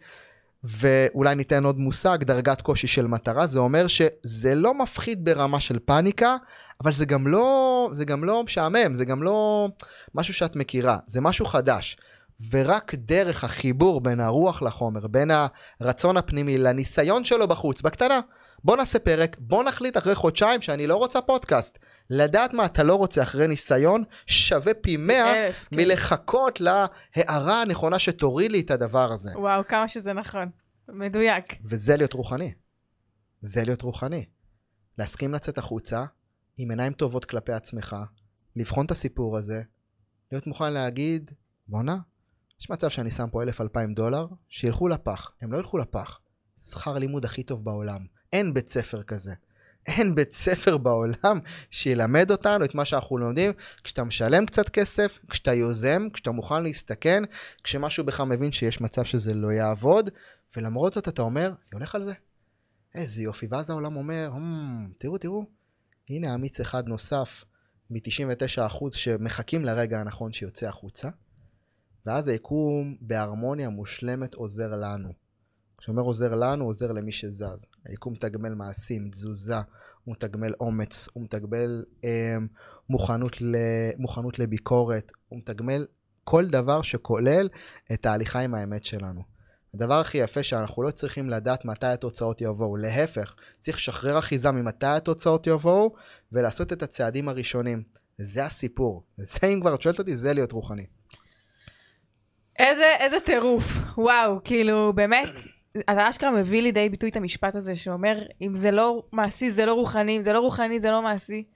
ואולי ניתן עוד מושג, דרגת קושי של מטרה, זה אומר שזה לא מפחיד ברמה של פאניקה, אבל זה גם לא משעמם, זה גם לא משהו שאת מכירה, זה משהו חדש. ורק דרך החיבור בין הרוח לחומר, בין הרצון הפנימי לניסיון שלו בחוץ, בקטנה, בוא נעשה פרק, בוא נחליט אחרי חודשיים שאני לא רוצה פודקאסט. לדעת מה אתה לא רוצה אחרי ניסיון, שווה פי 100 מלחכות להערה הנכונה שתוריד לי את הדבר הזה. וואו, כמה שזה נכון. מדויק. וזה להיות רוחני. זה להיות רוחני. להסכים לצאת החוצה, עם עיניים טובות כלפי עצמך, לבחון את הסיפור הזה, להיות מוכן להגיד, בונה, יש מצב שאני שם פה $1,000-2,000, שילכו לפח. הם לא ילכו לפח. שכר לימוד הכי טוב בעולם. אין בית ספר כזה. אין בית ספר בעולם שילמד אותנו את מה שאנחנו לומדים, כשאתה משלם קצת כסף, כשאתה יוזם, כשאתה מוכן להסתכן, כשמשהו בך מבין שיש מצב שזה לא יעבוד, ולמרות זאת אתה אומר, אני הולך על זה. איזה יופי, ואז העולם אומר, תראו, הנה אמיץ אחד נוסף מ-99% שמחכים לרגע הנכון שיוצא החוצה, ואז היקום בהרמוניה מושלמת עוזר לנו. כשאומר עוזר לנו, עוזר למי שזז. היקום מתגמל מעשים, תזוזה, הוא מתגמל אומץ, הוא מתגמל מוכנות לביקורת, הוא מתגמל כל דבר שכולל את ההליכה עם האמת שלנו. הדבר הכי יפה שאנחנו לא צריכים לדעת מתי התוצאות יבואו, להפך, צריך לשחרר אחיזה ממתי התוצאות יבואו, ולעשות את הצעדים הראשונים. וזה הסיפור. וזה אם כבר את שואלת אותי, זה להיות רוחני. איזה טירוף, וואו, כאילו באמת, אתה אשכרה מביא לידי ביטוי את המשפט הזה, שאומר, אם זה לא מעשי, זה לא רוחני, אם זה לא רוחני, זה לא מעשי.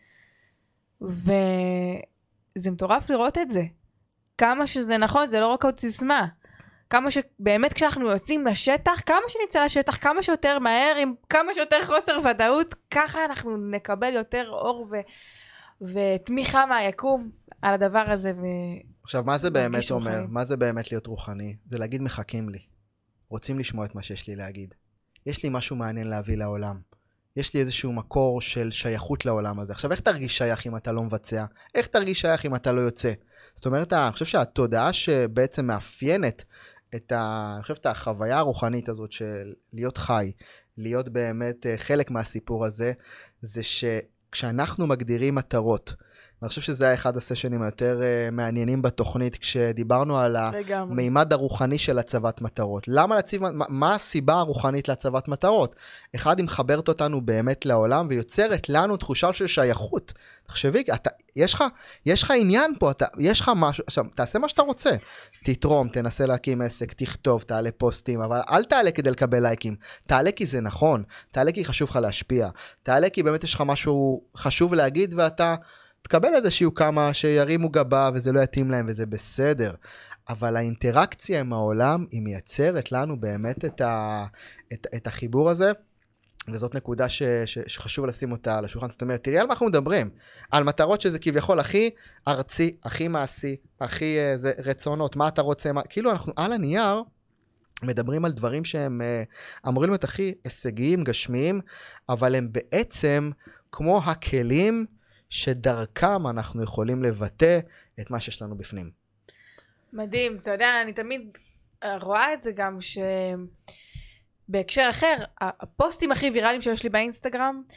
וזה מטורף לראות את זה. כמה שזה נכון, זה לא רק עוד סיסמה. כמה שבאמת כשאנחנו יוצאים לשטח, כמה שנצא לשטח, כמה שיותר מהר, עם כמה שיותר חוסר ודאות, ככה אנחנו נקבל יותר אור ותמיכה מהיקום על הדבר הזה. עכשיו, מה זה באמת אומר? מה זה באמת להיות רוחני? זה להגיד מחכים לי. רוצים לשמוע את מה שיש לי להגיד. יש לי משהו מעניין להביא לעולם. יש לי איזשהו מקור של שייכות לעולם הזה. עכשיו, איך תרגיש שייך אם אתה לא מבצע? איך תרגיש שייך אם אתה לא יוצא? זאת אומרת, אני חושב שהתודעה שבעצם מאפיינת אני חושב את החוויה הרוחנית הזאת של להיות חי, להיות באמת חלק מהסיפור הזה, זה שכשאנחנו מגדירים מטרות, אני חושב שזה היה אחד הסשנים היותר מעניינים בתוכנית, כשדיברנו על המימד הרוחני של הצבת מטרות. למה להציב, מה הסיבה הרוחנית להצבת מטרות? אחד, היא מחברת אותנו באמת לעולם, ויוצרת לנו תחושה של שייכות. תחשבי, יש לך עניין פה, יש לך משהו, עכשיו, תעשה מה שאתה רוצה. תתרום, תנסה להקים עסק, תכתוב, תעלה פוסטים, אבל אל תעלה כדי לקבל לייקים. תעלה כי זה נכון, תעלה כי חשוב לך להשפיע, תעלה כי באמת יש לך משהו חשוב להגיד, ואתה תקבל איזשהו כמה שירימו גבה וזה לא יתאים להם וזה בסדר. אבל האינטראקציה עם העולם היא מייצרת לנו באמת את החיבור הזה, וזאת נקודה שחשוב לשים אותה על השולחן. זאת אומרת, תראי על מה אנחנו מדברים. על מטרות שזה כביכול הכי ארצי, הכי מעשי, הכי רצונות, מה אתה רוצה, כאילו אנחנו על הנייר מדברים על דברים שהם אמורים להיות הכי הישגיים, גשמיים, אבל הם בעצם כמו הכלים שדרכם אנחנו יכולים לבטא את מה שיש לנו בפנים. מדהים, אתה יודע, אני תמיד רואה את זה גם בהקשר אחר, הפוסטים הכי ויראליים שיש לי באינסטגרם,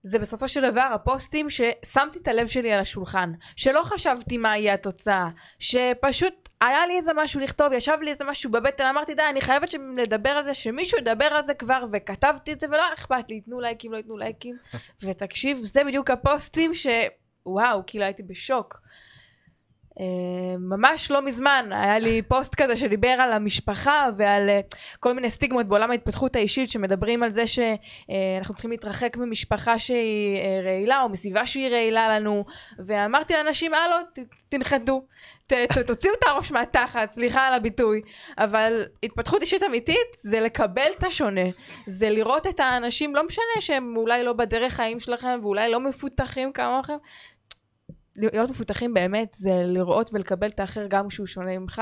זה בסופו של דבר הפוסטים ששמתי את הלב שלי על השולחן, שלא חשבתי מה יהיה התוצאה, שפשוט היה לי איזה משהו לכתוב, ישב לי איזה משהו בבטן, אמרתי די, אני חייבת לדבר על זה, שמישהו ידבר על זה כבר, וכתבתי את זה, ולא אכפת לי, יתנו לייקים, לא יתנו לייקים, ותקשיב, זה בדיוק הפוסטים שוואו, כאילו הייתי בשוק. ממש לא מזמן היה לי פוסט כזה שדיבר על המשפחה ועל כל מיני סטיגמות בעולם ההתפתחות האישית שמדברים על זה שאנחנו צריכים להתרחק ממשפחה שהיא רעילה או מסביבה שהיא רעילה לנו, ואמרתי לאנשים הלו תנחתו, תוציאו את הראש מהתחת, סליחה על הביטוי, אבל התפתחות אישית אמיתית זה לקבל את השונה, זה לראות את האנשים, לא משנה שהם אולי לא בדרך חיים שלכם ואולי לא מפותחים כמוכם, להיות מפותחים באמת זה לראות ולקבל את האחר גם כשהוא שונה ממך,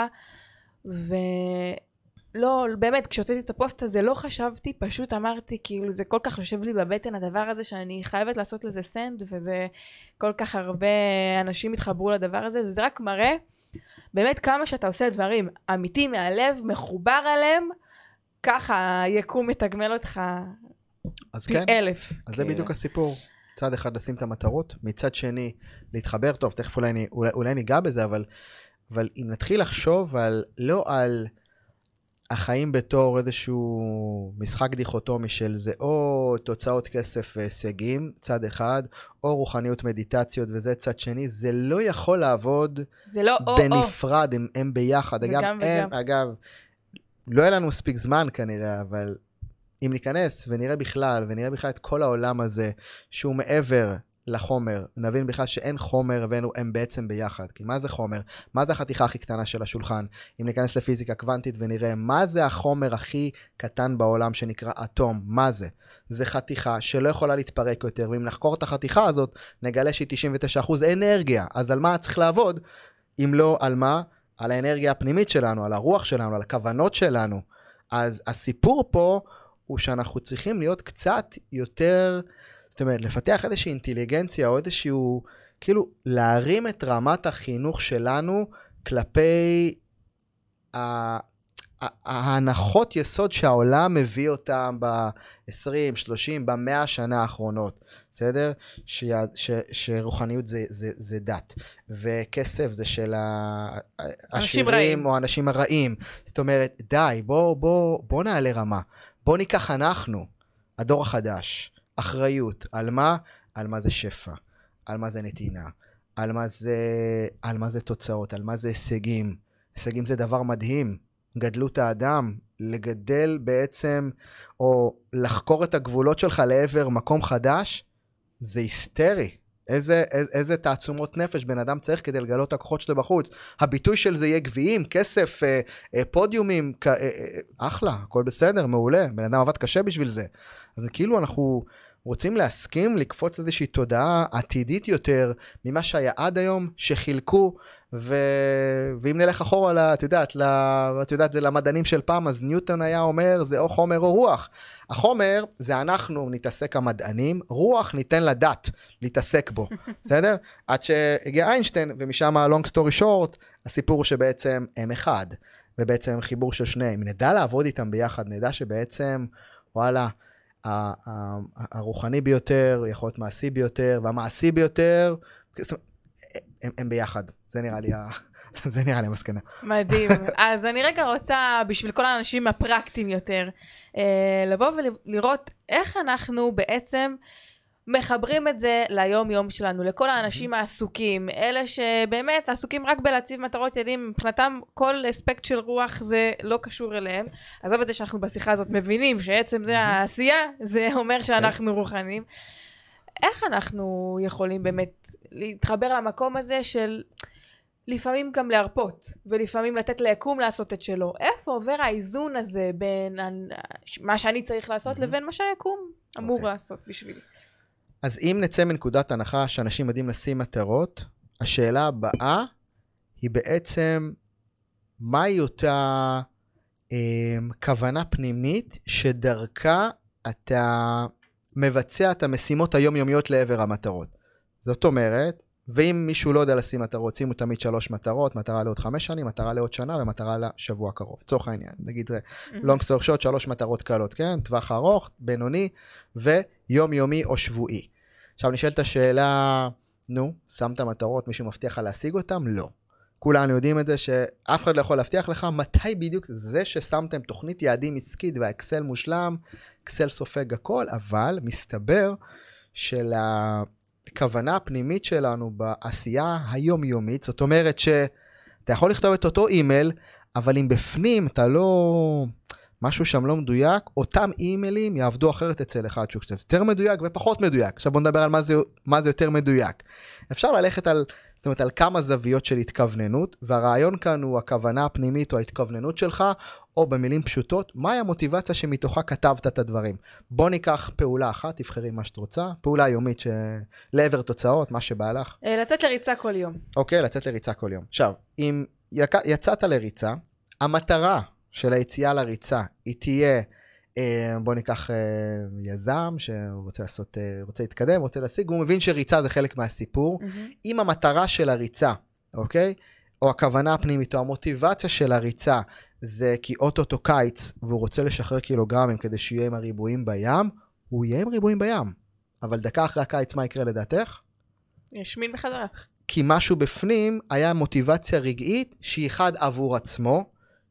ולא, באמת, כשהוצאתי את הפוסט הזה לא חשבתי, פשוט אמרתי, כאילו זה כל כך יושב לי בבטן הדבר הזה שאני חייבת לעשות לזה סנד, וזה כל כך הרבה אנשים התחברו לדבר הזה, וזה רק מראה באמת כמה שאתה עושה דברים אמיתי מהלב, מחובר אליהם, ככה היקום מתגמל אותך פי כן, 1000. אז זה בדיוק הסיפור. צד אחד לשים את המטרות, מצד שני להתחבר טוב, תכף אולי ניגע בזה, אבל אם נתחיל לחשוב לא על החיים בתור איזשהו משחק דיכוטומי של זה, או תוצאות כסף והישגים, צד אחד, או רוחניות מדיטציות וזה צד שני, זה לא יכול לעבוד לא בנפרד, הם ביחד. אגב, לא היה לנו מספיק זמן כנראה, אבל אם ניכנס ונראה בכלל את כל העולם הזה, שהוא מעבר לחומר, נבין בכלל שאין חומר והם בעצם ביחד. כי מה זה חומר? מה זה החתיכה הכי קטנה של השולחן? אם ניכנס לפיזיקה קוונטית ונראה מה זה החומר הכי קטן בעולם שנקרא אטום, מה זה? זה חתיכה שלא יכולה להתפרק יותר, ואם נחקור את החתיכה הזאת, נגלה שהיא 99% אנרגיה. אז על מה צריך לעבוד? אם לא על מה? על האנרגיה הפנימית שלנו, על הרוח שלנו, על הכוונות שלנו. אז הסיפור פה הוא שאנחנו צריכים להיות קצת יותר, זאת אומרת, לפתח איזושהי אינטליגנציה או איזשהו, כאילו, להרים את רמת החינוך שלנו כלפי ההנחות יסוד שהעולם מביא אותם ב-20, 30, ב-100 השנה האחרונות, בסדר? שרוחניות זה דת, וכסף זה של העשירים או האנשים הרעים. זאת אומרת, די, בוא נעלה רמה. בוא ניקח אנחנו, הדור החדש, אחריות, על מה? על מה זה שפע, על מה זה נתינה, על מה זה תוצאות, על מה זה הישגים. הישגים זה דבר מדהים. גדלות האדם, לגדל בעצם, או לחקור את הגבולות שלך לעבר מקום חדש, זה היסטרי. איזה תעצומות נפש בן אדם צריך כדי לגלות את הכוחות שלו בחוץ. הביטוי של זה יהיה גביעים, כסף, פודיומים, אחלה, הכל בסדר, מעולה. בן אדם עבד קשה בשביל זה. אז כאילו אנחנו רוצים להסכים לקפוץ איזושהי תודעה עתידית יותר ממה שהיה עד היום, שחילקו, ואם נלך אחורה, את יודעת, זה למדענים של פעם, אז ניוטון היה אומר, זה או חומר או רוח. החומר זה אנחנו נתעסק המדענים, רוח ניתן לדת להתעסק בו, בסדר? עד שהגיע איינשטיין, ומשם long story short, הסיפור הוא שבעצם הם אחד, ובעצם הם חיבור של שניהם. נדע לעבוד איתם ביחד, נדע שבעצם, וואלה, הרוחני ביותר, יכול להיות מעשי ביותר, והמעשי ביותר, הם ביחד. זה נראה לי המסקנה. מדהים. אז אני רגע רוצה, בשביל כל האנשים הפרקטיים יותר, לבוא ולראות איך אנחנו בעצם מחברים את זה ליום יום שלנו, לכל האנשים העסוקים, אלה שבאמת עסוקים רק בלהציב מטרות יעדים, מבחינתם כל אספקט של רוח זה לא קשור אליהם. עזוב את זה שאנחנו בשיחה הזאת מבינים שעצם זה העשייה, זה אומר שאנחנו רוחנים. איך אנחנו יכולים באמת להתחבר למקום הזה של לפעמים גם להרפות, ולפעמים לתת ליקום לעשות את שלו? איפה עובר האיזון הזה בין מה שאני צריך לעשות לבין מה שהיקום אמור לעשות בשבילי? אז אם נצא מנקודת הנחה שאנשים יודעים לשים מטרות, השאלה הבאה היא בעצם מהי אותה כוונה פנימית שדרכה אתה מבצע את המשימות היומיומיות לעבר המטרות. זאת אומרת, ואם מישהו לא יודע לשים מטרות, שימו תמיד 3 מטרות, מטרה לעוד 5 שנים, מטרה לעוד שנה ומטרה לשבוע קרוב. צורך העניין, נגיד long story short, 3 מטרות קלות, כן? טווח ארוך, בינוני ויומיומי או שבועי. עכשיו נשאלת השאלה, נו, שמת מטרות, מישהו מבטיח לך להשיג אותם? לא. כולנו יודעים את זה שאף אחד לא יכול להבטיח לך מתי בדיוק זה ששמתם תוכנית יעדים עסקית והאקסל מושלם, אקסל סופג הכל, אבל מסתבר שלכוונה הפנימית שלנו בעשייה היומיומית, זאת אומרת שאתה יכול לכתוב את אותו אימייל, אבל אם בפנים אתה לא... משהו שם לא מדויק, אותם אימיילים יעבדו אחרת אצל אחד שהוא קצת יותר מדויק ופחות מדויק. עכשיו בוא נדבר על מה זה יותר מדויק. אפשר ללכת על, זאת אומרת, על כמה זוויות של התכווננות, והרעיון כאן הוא הכוונה הפנימית או ההתכווננות שלך, או במילים פשוטות, מהי המוטיבציה שמתוכה כתבת את הדברים. בוא ניקח פעולה אחת, תבחרי מה שאת רוצה, פעולה יומית לעבר תוצאות, מה שבא לך. לצאת לריצה כל יום. אוקיי, לצאת לריצה כל יום. עכשיו, אם יצאת לריצה, המטרה של היציאה לריצה, היא תהיה, בוא ניקח יזם שרוצה לעשות, רוצה להתקדם, רוצה להשיג, הוא מבין שריצה זה חלק מהסיפור. אם המטרה של הריצה, אוקיי? או הכוונה הפנימית, או המוטיבציה של הריצה, זה כי אוטוטו קיץ, והוא רוצה לשחרר קילוגרמים כדי שיהיה עם הריבועים בים, הוא יהיה עם ריבועים בים. אבל דקה אחרי הקיץ, מה יקרה לדעתך? ישמין בחזרה. כי משהו בפנים היה מוטיבציה רגעית, שהיא אחד עבור עצמו,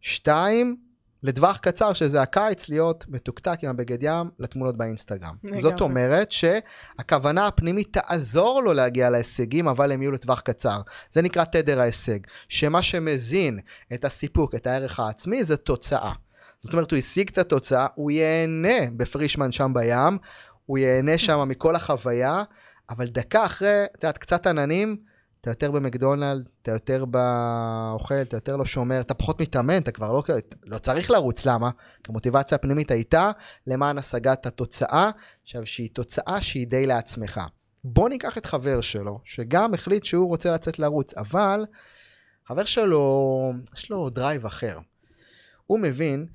2, לטווח קצר, שזה הקיץ, להיות מתוקתק עם הבגד ים לתמונות באינסטגרם. זאת אומרת שהכוונה הפנימית תעזור לו להגיע להישגים, אבל הם יהיו לטווח קצר. זה נקרא תדר ההישג, שמה שמזין את הסיפוק, את הערך העצמי, זה תוצאה. זאת אומרת, הוא השיג את התוצאה, הוא ייהנה בפרישמן שם בים, הוא ייהנה שם מכל החוויה, אבל דקה אחרי, אתה יודעת, קצת עננים, אתה יותר במקדונלד, אתה יותר באוכל, אתה יותר לא שומר, אתה פחות מתאמן, אתה כבר לא צריך לרוץ, למה? כי המוטיבציה הפנימית הייתה למען השגת התוצאה, עכשיו שהיא תוצאה שהיא די לעצמך. בוא ניקח את חבר שלו, שגם החליט שהוא רוצה לצאת לרוץ, אבל חבר שלו, יש לו דרייב אחר. הוא מבין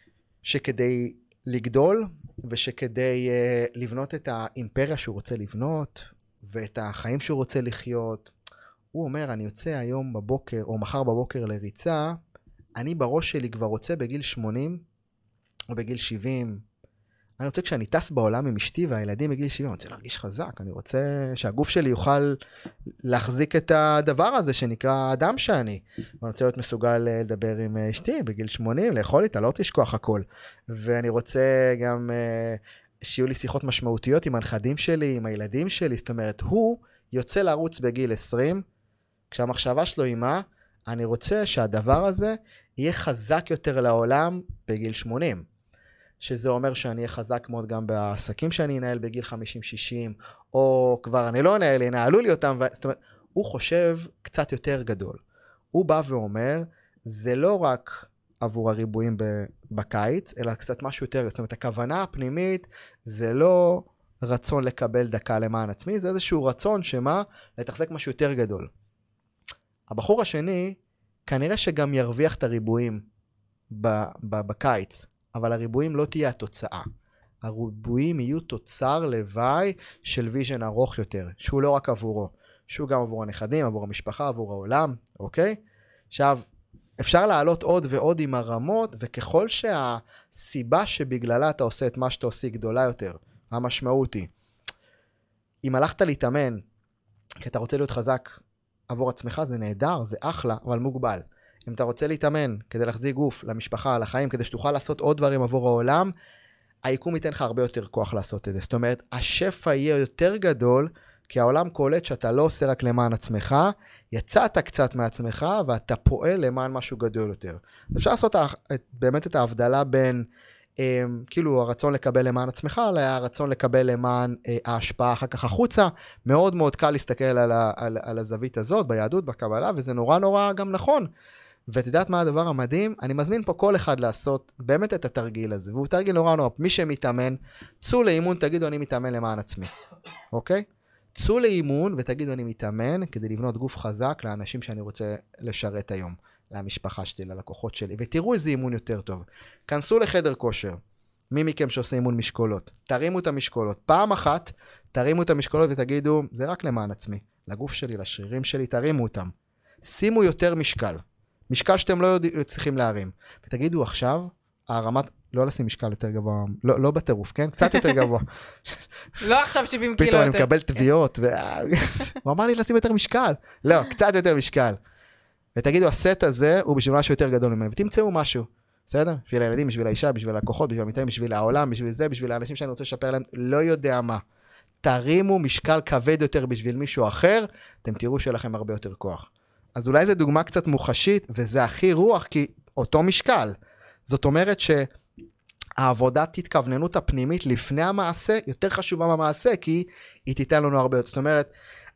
שכדי לגדול, ושכדי לבנות את האימפריה שהוא רוצה לבנות, ואת החיים שהוא רוצה לחיות, הוא אומר, אני יוצא היום בבוקר, או מחר בבוקר לריצה, אני בראש שלי כבר רוצה בגיל 80, או בגיל 70. אני רוצה כשאני טס בעולם עם אשתי והילדים בגיל 70, אני רוצה להרגיש חזק, אני רוצה שהגוף שלי יוכל להחזיק את הדבר הזה שנקרא האדם שאני. אני רוצה להיות מסוגל לדבר עם אשתי בגיל 80, לאכול איתה, לא תשכוח הכל. ואני רוצה גם שיהיו לי שיחות משמעותיות עם הנכדים שלי, עם הילדים שלי, זאת אומרת, הוא יוצא לרוץ בגיל 20, כשהמחשבה שלו היא מה? אני רוצה שהדבר הזה יהיה חזק יותר לעולם בגיל 80. שזה אומר שאני אהיה חזק מאוד גם בעסקים שאני אנהל בגיל 50-60, או כבר אני לא אנהל, ינהלו לי אותם. זאת אומרת, הוא חושב קצת יותר גדול. הוא בא ואומר, זה לא רק עבור הריבועים בקיץ, אלא קצת משהו יותר. זאת אומרת, הכוונה הפנימית זה לא רצון לקבל דקה למען עצמי, זה איזשהו רצון שמה? לתחזק משהו יותר גדול. הבחור השני, כנראה שגם ירוויח את הריבועים בקיץ, אבל הריבועים לא תהיה התוצאה. הריבועים יהיו תוצר לוואי של ויז'ן ארוך יותר, שהוא לא רק עבורו, שהוא גם עבור הנכדים, עבור המשפחה, עבור העולם, אוקיי? עכשיו, אפשר לעלות עוד ועוד עם הרמות, וככל שהסיבה שבגללה אתה עושה את מה שאתה עושה גדולה יותר, המשמעות היא, אם הלכת להתאמן, כי אתה רוצה להיות חזק עבור עצמך, זה נהדר, זה אחלה, אבל מוגבל. אם אתה רוצה להתאמן כדי להחזיק גוף למשפחה, לחיים, כדי שתוכל לעשות עוד דברים עבור העולם, היקום ייתן לך הרבה יותר כוח לעשות את זה. זאת אומרת, השפע יהיה יותר גדול, כי העולם קולט שאתה לא עושה רק למען עצמך, יצאת קצת מעצמך, ואתה פועל למען משהו גדול יותר. אפשר לעשות באמת את ההבדלה בין, כאילו הרצון לקבל למען עצמך, הרצון לקבל למען ההשפעה אחר כך החוצה. מאוד מאוד קל להסתכל על הזווית הזאת, ביהדות, בקבלה, וזה נורא נורא גם נכון. ואת יודעת מה הדבר המדהים? אני מזמין פה כל אחד לעשות באמת את התרגיל הזה, והוא תרגיל נורא נורא, מי שמתאמן, צאו לאימון, תגידו אני מתאמן למען עצמי, אוקיי? צאו לאימון ותגידו אני מתאמן כדי לבנות גוף חזק לאנשים שאני רוצה לשרת היום, למשפחה שלי, ללקוחות שלי, ותראו איזה אימון יותר טוב. כנסו לחדר כושר, מי מכם שעושה אימון משקולות, תרימו את המשקולות, פעם אחת תרימו את המשקולות ותגידו, זה רק למען עצמי, לגוף שלי, לשרירים שלי, תרימו אותם. שימו יותר משקל שאתם לא צריכים להרים. ותגידו עכשיו, הרמת לא לשים משקל יותר גבוה, לא בטירוף, כן? קצת יותר גבוה. לא עכשיו 70 קילו פתאום יותר. אני מקבל תביעות, הוא אמר לי לשים יותר משקל. לא, קצת יותר משקל. ותגידו, הסט הזה הוא בשביל משהו יותר גדול ממנו, ותמצאו משהו, בסדר? בשביל הילדים, בשביל האישה, בשביל הכוחות, בשביל המתאים, בשביל העולם, בשביל זה, בשביל האנשים שאני רוצה לשפר להם, לא יודע מה. תרימו משקל כבד יותר בשביל מישהו אחר, אתם תראו שלכם הרבה יותר כוח. אז אולי זו דוגמה קצת מוחשית, וזה הכי רוח, כי אותו משקל. זאת אומרת שהעבודת התכווננות הפנימית לפני המעשה, יותר חשובה מהמעשה, כי היא תיתן לנו הרבה יותר. זאת אומרת,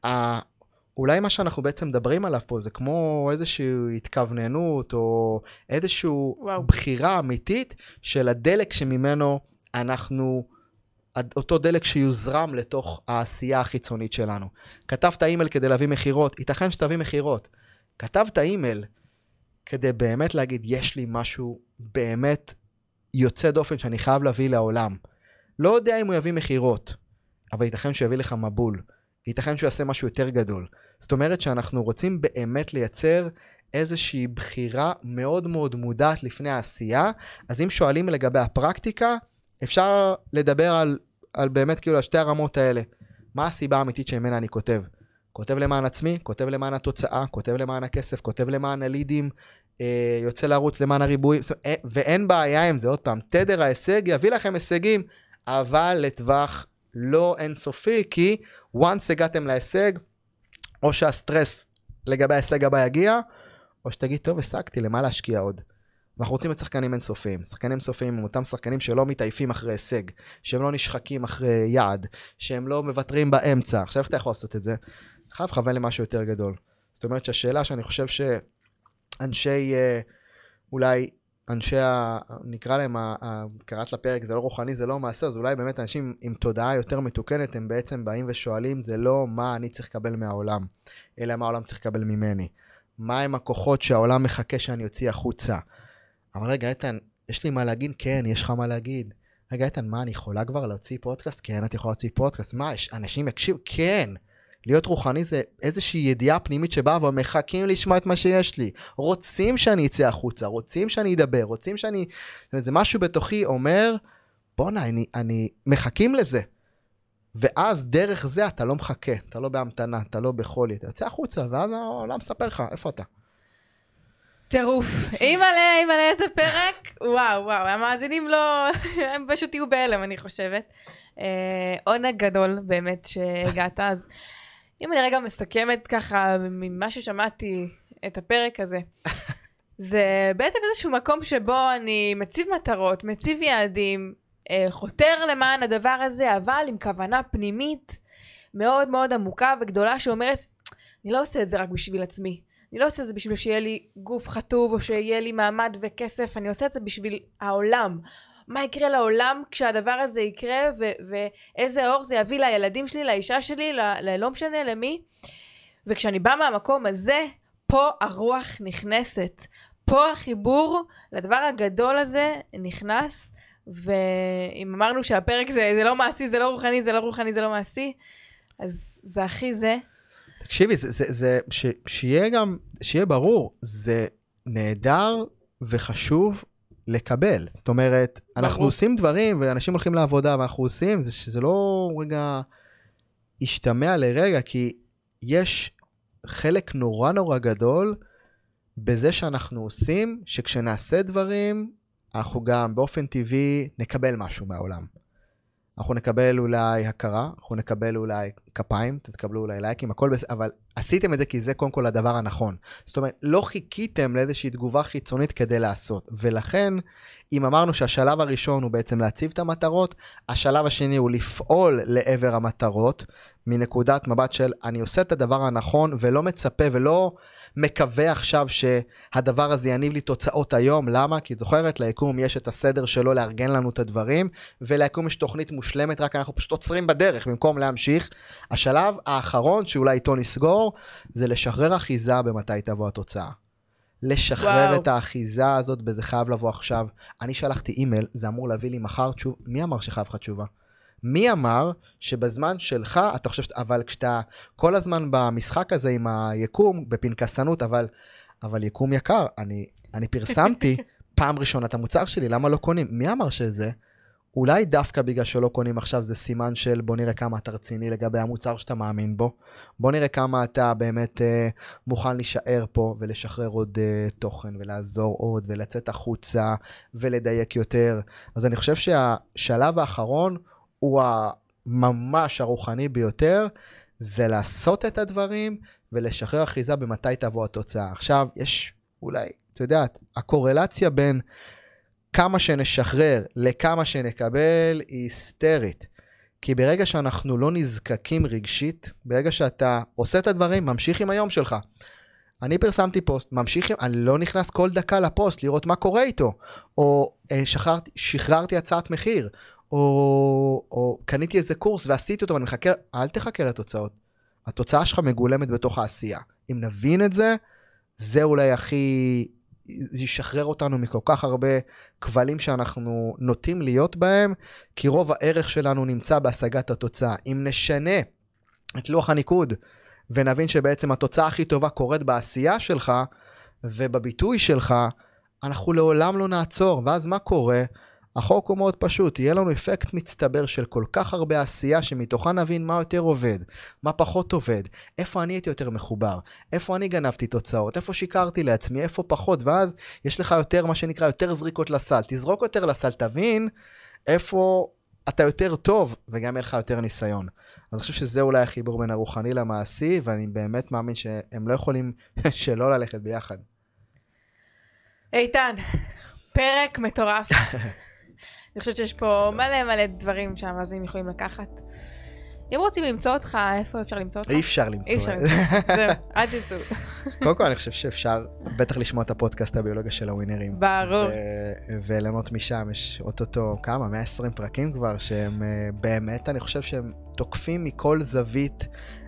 אולי מה שאנחנו בעצם מדברים עליו פה, זה כמו איזושהי התכווננות, או איזושהי בחירה אמיתית, של הדלק שממנו אנחנו, אותו דלק שיוזרם לתוך העשייה החיצונית שלנו. כתבת אימייל כדי להביא מחירות, ייתכן שתביא מחירות. כתבת אימייל כדי באמת להגיד, יש לי משהו באמת יוצא דופן שאני חייב להביא לעולם. לא יודע אם הוא יביא מחירות, אבל ייתכן שהוא יביא לך מבול. ייתכן שהוא יעשה משהו יותר גדול. זאת אומרת שאנחנו רוצים באמת לייצר איזושהי בחירה מאוד מאוד מודעת לפני העשייה. אז אם שואלים לגבי הפרקטיקה, אפשר לדבר על באמת כאילו השתי הרמות האלה. מה הסיבה האמיתית שממנה אני כותב? כותב למען עצמי, כותב למען התוצאה, כותב למען הכסף, כותב למען הלידים, יוצא לערוץ למען הריבועים, ואין בעיה עם זה. עוד פעם, תדר ההישג יביא לכם הישגים, אבל לטווח לא אינסופי, כי once הגעתם להישג, או שהסטרס לגבי ההישג הבא יגיע, או שתגיד, טוב, השגתי, למה להשקיע עוד? ואנחנו רוצים את שחקנים אינסופיים. שחקנים אינסופיים הם אותם שחקנים שלא מתעייפים אחרי הישג, שהם לא נשחקים אחרי יעד, שהם לא מוותרים באמצע. עכשיו, איך אתה יכול לעשות את זה? חייב לכוון למשהו יותר גדול. זאת אומרת שהשאלה שאני חושב שאנשי, אולי אנשי, נקרא להם, קראת לפרק, זה לא רוחני, זה לא מעשה, אז אולי באמת אנשים עם תודעה יותר מתוקנת, הם בעצם באים ושואלים, זה לא מה אני צריך לקבל מהעולם, אלא מה העולם צריך לקבל ממני. מה הם הכוחות שהעולם מחכה שאני יוציא החוצה. אבל רגע, איתן, יש לי מה להגיד? כן, יש לך מה להגיד. רגע, איתן, מה, אני יכולה כבר להוציא פודקאסט? כן, את יכולה להוציא פודקאסט. מה, אנשים יקשיבו? כן. להיות רוחני זה איזושהי ידיעה פנימית שבאה ומחכים לשמוע את מה שיש לי. רוצים שאני אצא החוצה, רוצים שאני אדבר, רוצים שאני... זה משהו בתוכי אומר, בוא'נה, אני מחכים לזה. ואז דרך זה אתה לא מחכה, אתה לא בהמתנה, אתה לא בחולי, אתה יוצא החוצה, ואז העולם מספר לך, איפה אתה? טירוף. אימא'לה, איזה פרק. וואו, המאזינים לא... הם פשוט יהיו בהלם, אני חושבת. עונג גדול באמת שהגעת. אז אם אני רגע מסכמת ככה ממה ששמעתי את הפרק הזה, זה בעצם איזשהו מקום שבו אני מציב מטרות, מציב יעדים, חותר למען הדבר הזה, אבל עם כוונה פנימית מאוד מאוד עמוקה וגדולה שאומרת, אני לא עושה את זה רק בשביל עצמי. אני לא עושה את זה בשביל שיהיה לי גוף חטוב או שיהיה לי מעמד וכסף, אני עושה את זה בשביל העולם. מה יקרה לעולם כשהדבר הזה יקרה, ואיזה אור זה יביא לילדים שלי, לאישה שלי, לא משנה למי. וכשאני באה מהמקום הזה, פה הרוח נכנסת. פה החיבור לדבר הגדול הזה נכנס, ואם אמרנו שהפרק זה לא מעשי, זה לא רוחני, זה לא רוחני, זה לא מעשי, אז זה הכי זה. תקשיבי, שיהיה ברור, זה נהדר וחשוב לקבל. זאת אומרת, אנחנו עושים דברים, ואנשים הולכים לעבודה, ואנחנו עושים, שזה לא רגע ישתמע לרגע, כי יש חלק נורא נורא גדול בזה שאנחנו עושים, שכשנעשה דברים, אנחנו גם באופן טבעי נקבל משהו מהעולם. אנחנו נקבל אולי הכרה, אנחנו נקבל אולי כפיים, תקבלו אולי לייקים, הכל בסדר, אבל עשיתם את זה כי זה קודם כל הדבר הנכון. זאת אומרת, לא חיכיתם לאיזושהי תגובה חיצונית כדי לעשות. ולכן, אם אמרנו שהשלב הראשון הוא בעצם להציב את המטרות, השלב השני הוא לפעול לעבר המטרות, מנקודת מבט של אני עושה את הדבר הנכון, ולא מצפה ולא מקווה עכשיו שהדבר הזה יניב לי תוצאות היום. למה? כי זוכרת, ליקום יש את הסדר שלו לארגן לנו את הדברים, וליקום יש תוכנית מושלמת, רק אנחנו פשוט עוצרים בדרך במקום להמשיך. השלב האחרון שאולי איתו נסגור, זה לשחרר אחיזה במתי תבוא התוצאה. לשחרר את האחיזה הזאת, בזה חייב לבוא עכשיו. אני שלחתי אימייל, זה אמור להביא לי מחר תשובה. מי אמר שחייב לך תשובה? מי אמר שבזמן שלך, אתה חושב, אבל כשאתה כל הזמן במשחק הזה עם היקום, בפנקסנות, אבל יקום יקר, אני פעם ראשונה את המוצר שלי, למה לא קונים? מי אמר שזה? אולי דווקא בגלל שלא קונים עכשיו זה סימן של בוא נראה כמה אתה רציני לגבי המוצר שאתה מאמין בו, בוא נראה כמה אתה באמת מוכן להישאר פה ולשחרר עוד תוכן ולעזור עוד ולצאת החוצה ולדייק יותר. אז אני חושב שהשלב האחרון הוא ממש הרוחני ביותר, זה לעשות את הדברים ולשחרר אחיזה במתי תבוא התוצאה. עכשיו יש אולי, אתה יודעת, הקורלציה בין כמה שנשחרר לכמה שנקבל היא היסטרית. כי ברגע שאנחנו לא נזקקים רגשית, ברגע שאתה עושה את הדברים, ממשיך עם היום שלך. אני פרסמתי פוסט, ממשיך, אני לא נכנס כל דקה לפוסט, לראות מה קורה איתו. או שחררתי הצעת מחיר, או קניתי איזה קורס ועשיתי אותו, ואני מחכה, אל תחכה לתוצאות. התוצאה שלך מגולמת בתוך העשייה. אם נבין את זה, זה אולי הכי, זה ישחרר אותנו מכל כך הרבה כבלים שאנחנו נוטים להיות בהם, כי רוב הערך שלנו נמצא בהשגת התוצאה. אם נשנה את לוח הניקוד, ונבין שבעצם התוצאה הכי טובה קורית בעשייה שלך, ובביטוי שלך, אנחנו לעולם לא נעצור. ואז מה קורה? החוק הוא מאוד פשוט, יהיה לנו אפקט מצטבר של כל כך הרבה עשייה, שמתוכה נבין מה יותר עובד, מה פחות עובד, איפה אני הייתי יותר מחובר, איפה אני גנבתי תוצאות, איפה שיקרתי לעצמי, איפה פחות, ואז יש לך יותר, מה שנקרא, יותר זריקות לסל, תזרוק יותר לסל, תבין איפה אתה יותר טוב, וגם יהיה לך יותר ניסיון. אז אני חושב שזה אולי החיבור בין הרוחני למעשי, ואני באמת מאמין שהם לא יכולים שלא ללכת ביחד. איתן, פרק מטורף. אני חושבת שיש פה מלא דברים שהמאזינים יכולים לקחת. אם רוצים למצוא אותך, איפה אפשר למצוא אותך? אי אפשר למצוא. זהו, אל תצאו. קודם כל אני חושב שאפשר בטח לשמוע את הפודקאסט הביולוגיה של הווינרים. ברור. ולנות משם, יש אוטוטו כמה, 120 פרקים כבר, שהם באמת, אני חושב שהם תוקפים מכל זווית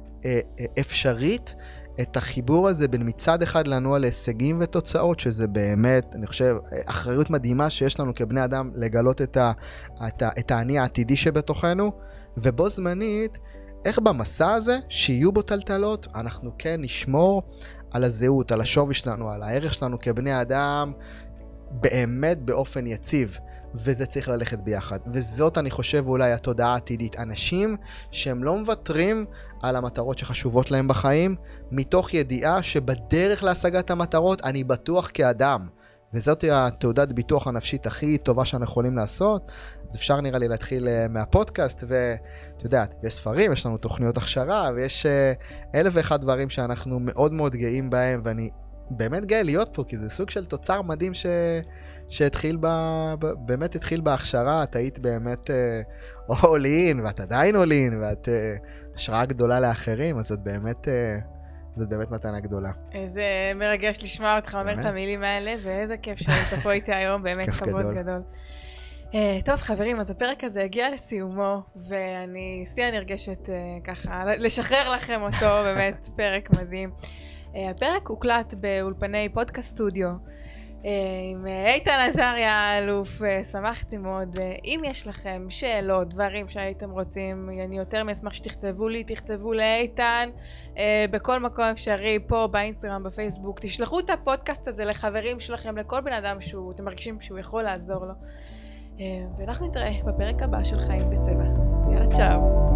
אפשרית, את החיבור הזה בין מצד אחד לנוע להישגים ותוצאות, שזה באמת, אני חושב, אחריות מדהימה שיש לנו כבני אדם לגלות את האני העתידי שבתוכנו, ובו זמנית, איך במסע הזה, שיהיו בו טלטלות, אנחנו כן נשמור על הזהות, על השווי שלנו, על הערך שלנו כבני אדם, באמת באופן יציב. וזה צריך ללכת ביחד. וזאת אני חושב אולי התודעה העתידית. אנשים שהם לא מוותרים על המטרות שחשובות להם בחיים, מתוך ידיעה שבדרך להשגת המטרות אני בטוח כאדם. וזאת התעודת ביטוח הנפשית הכי טובה שאנחנו יכולים לעשות. אז אפשר נראה לי להתחיל מהפודקאסט, ואתה יודעת, יש ספרים, יש לנו תוכניות הכשרה, ויש 1,001 דברים שאנחנו מאוד מאוד גאים בהם, ואני באמת גאה להיות פה, כי זה סוג של תוצר מדהים שהתחיל באמת התחיל בהכשרה, את היית באמת all in, ואת עדיין all in, ואת השראה גדולה לאחרים, אז זאת באמת מתנה גדולה. איזה מרגש לשמוע אותך אומר את המילים האלה, ואיזה כיף שהיית פה איתי היום, באמת כבוד גדול. טוב חברים, אז הפרק הזה הגיע לסיומו, ואני נרגשת ככה לשחרר לכם אותו, באמת פרק מדהים. הפרק הוקלט באולפני פודקאסט סטודיו, עם איתן עזריה האלוף, שמחתי מאוד. אם יש לכם שאלות, דברים שהייתם רוצים, אני יותר מאשמח שתכתבו לי, תכתבו לאיתן, בכל מקום אפשרי, פה באינסטגרם, בפייסבוק, תשלחו את הפודקאסט הזה לחברים שלכם, לכל בן אדם שאתם מרגישים שהוא יכול לעזור לו. ואנחנו נתראה בפרק הבא של חיים בצבע. יאללה, צ'או.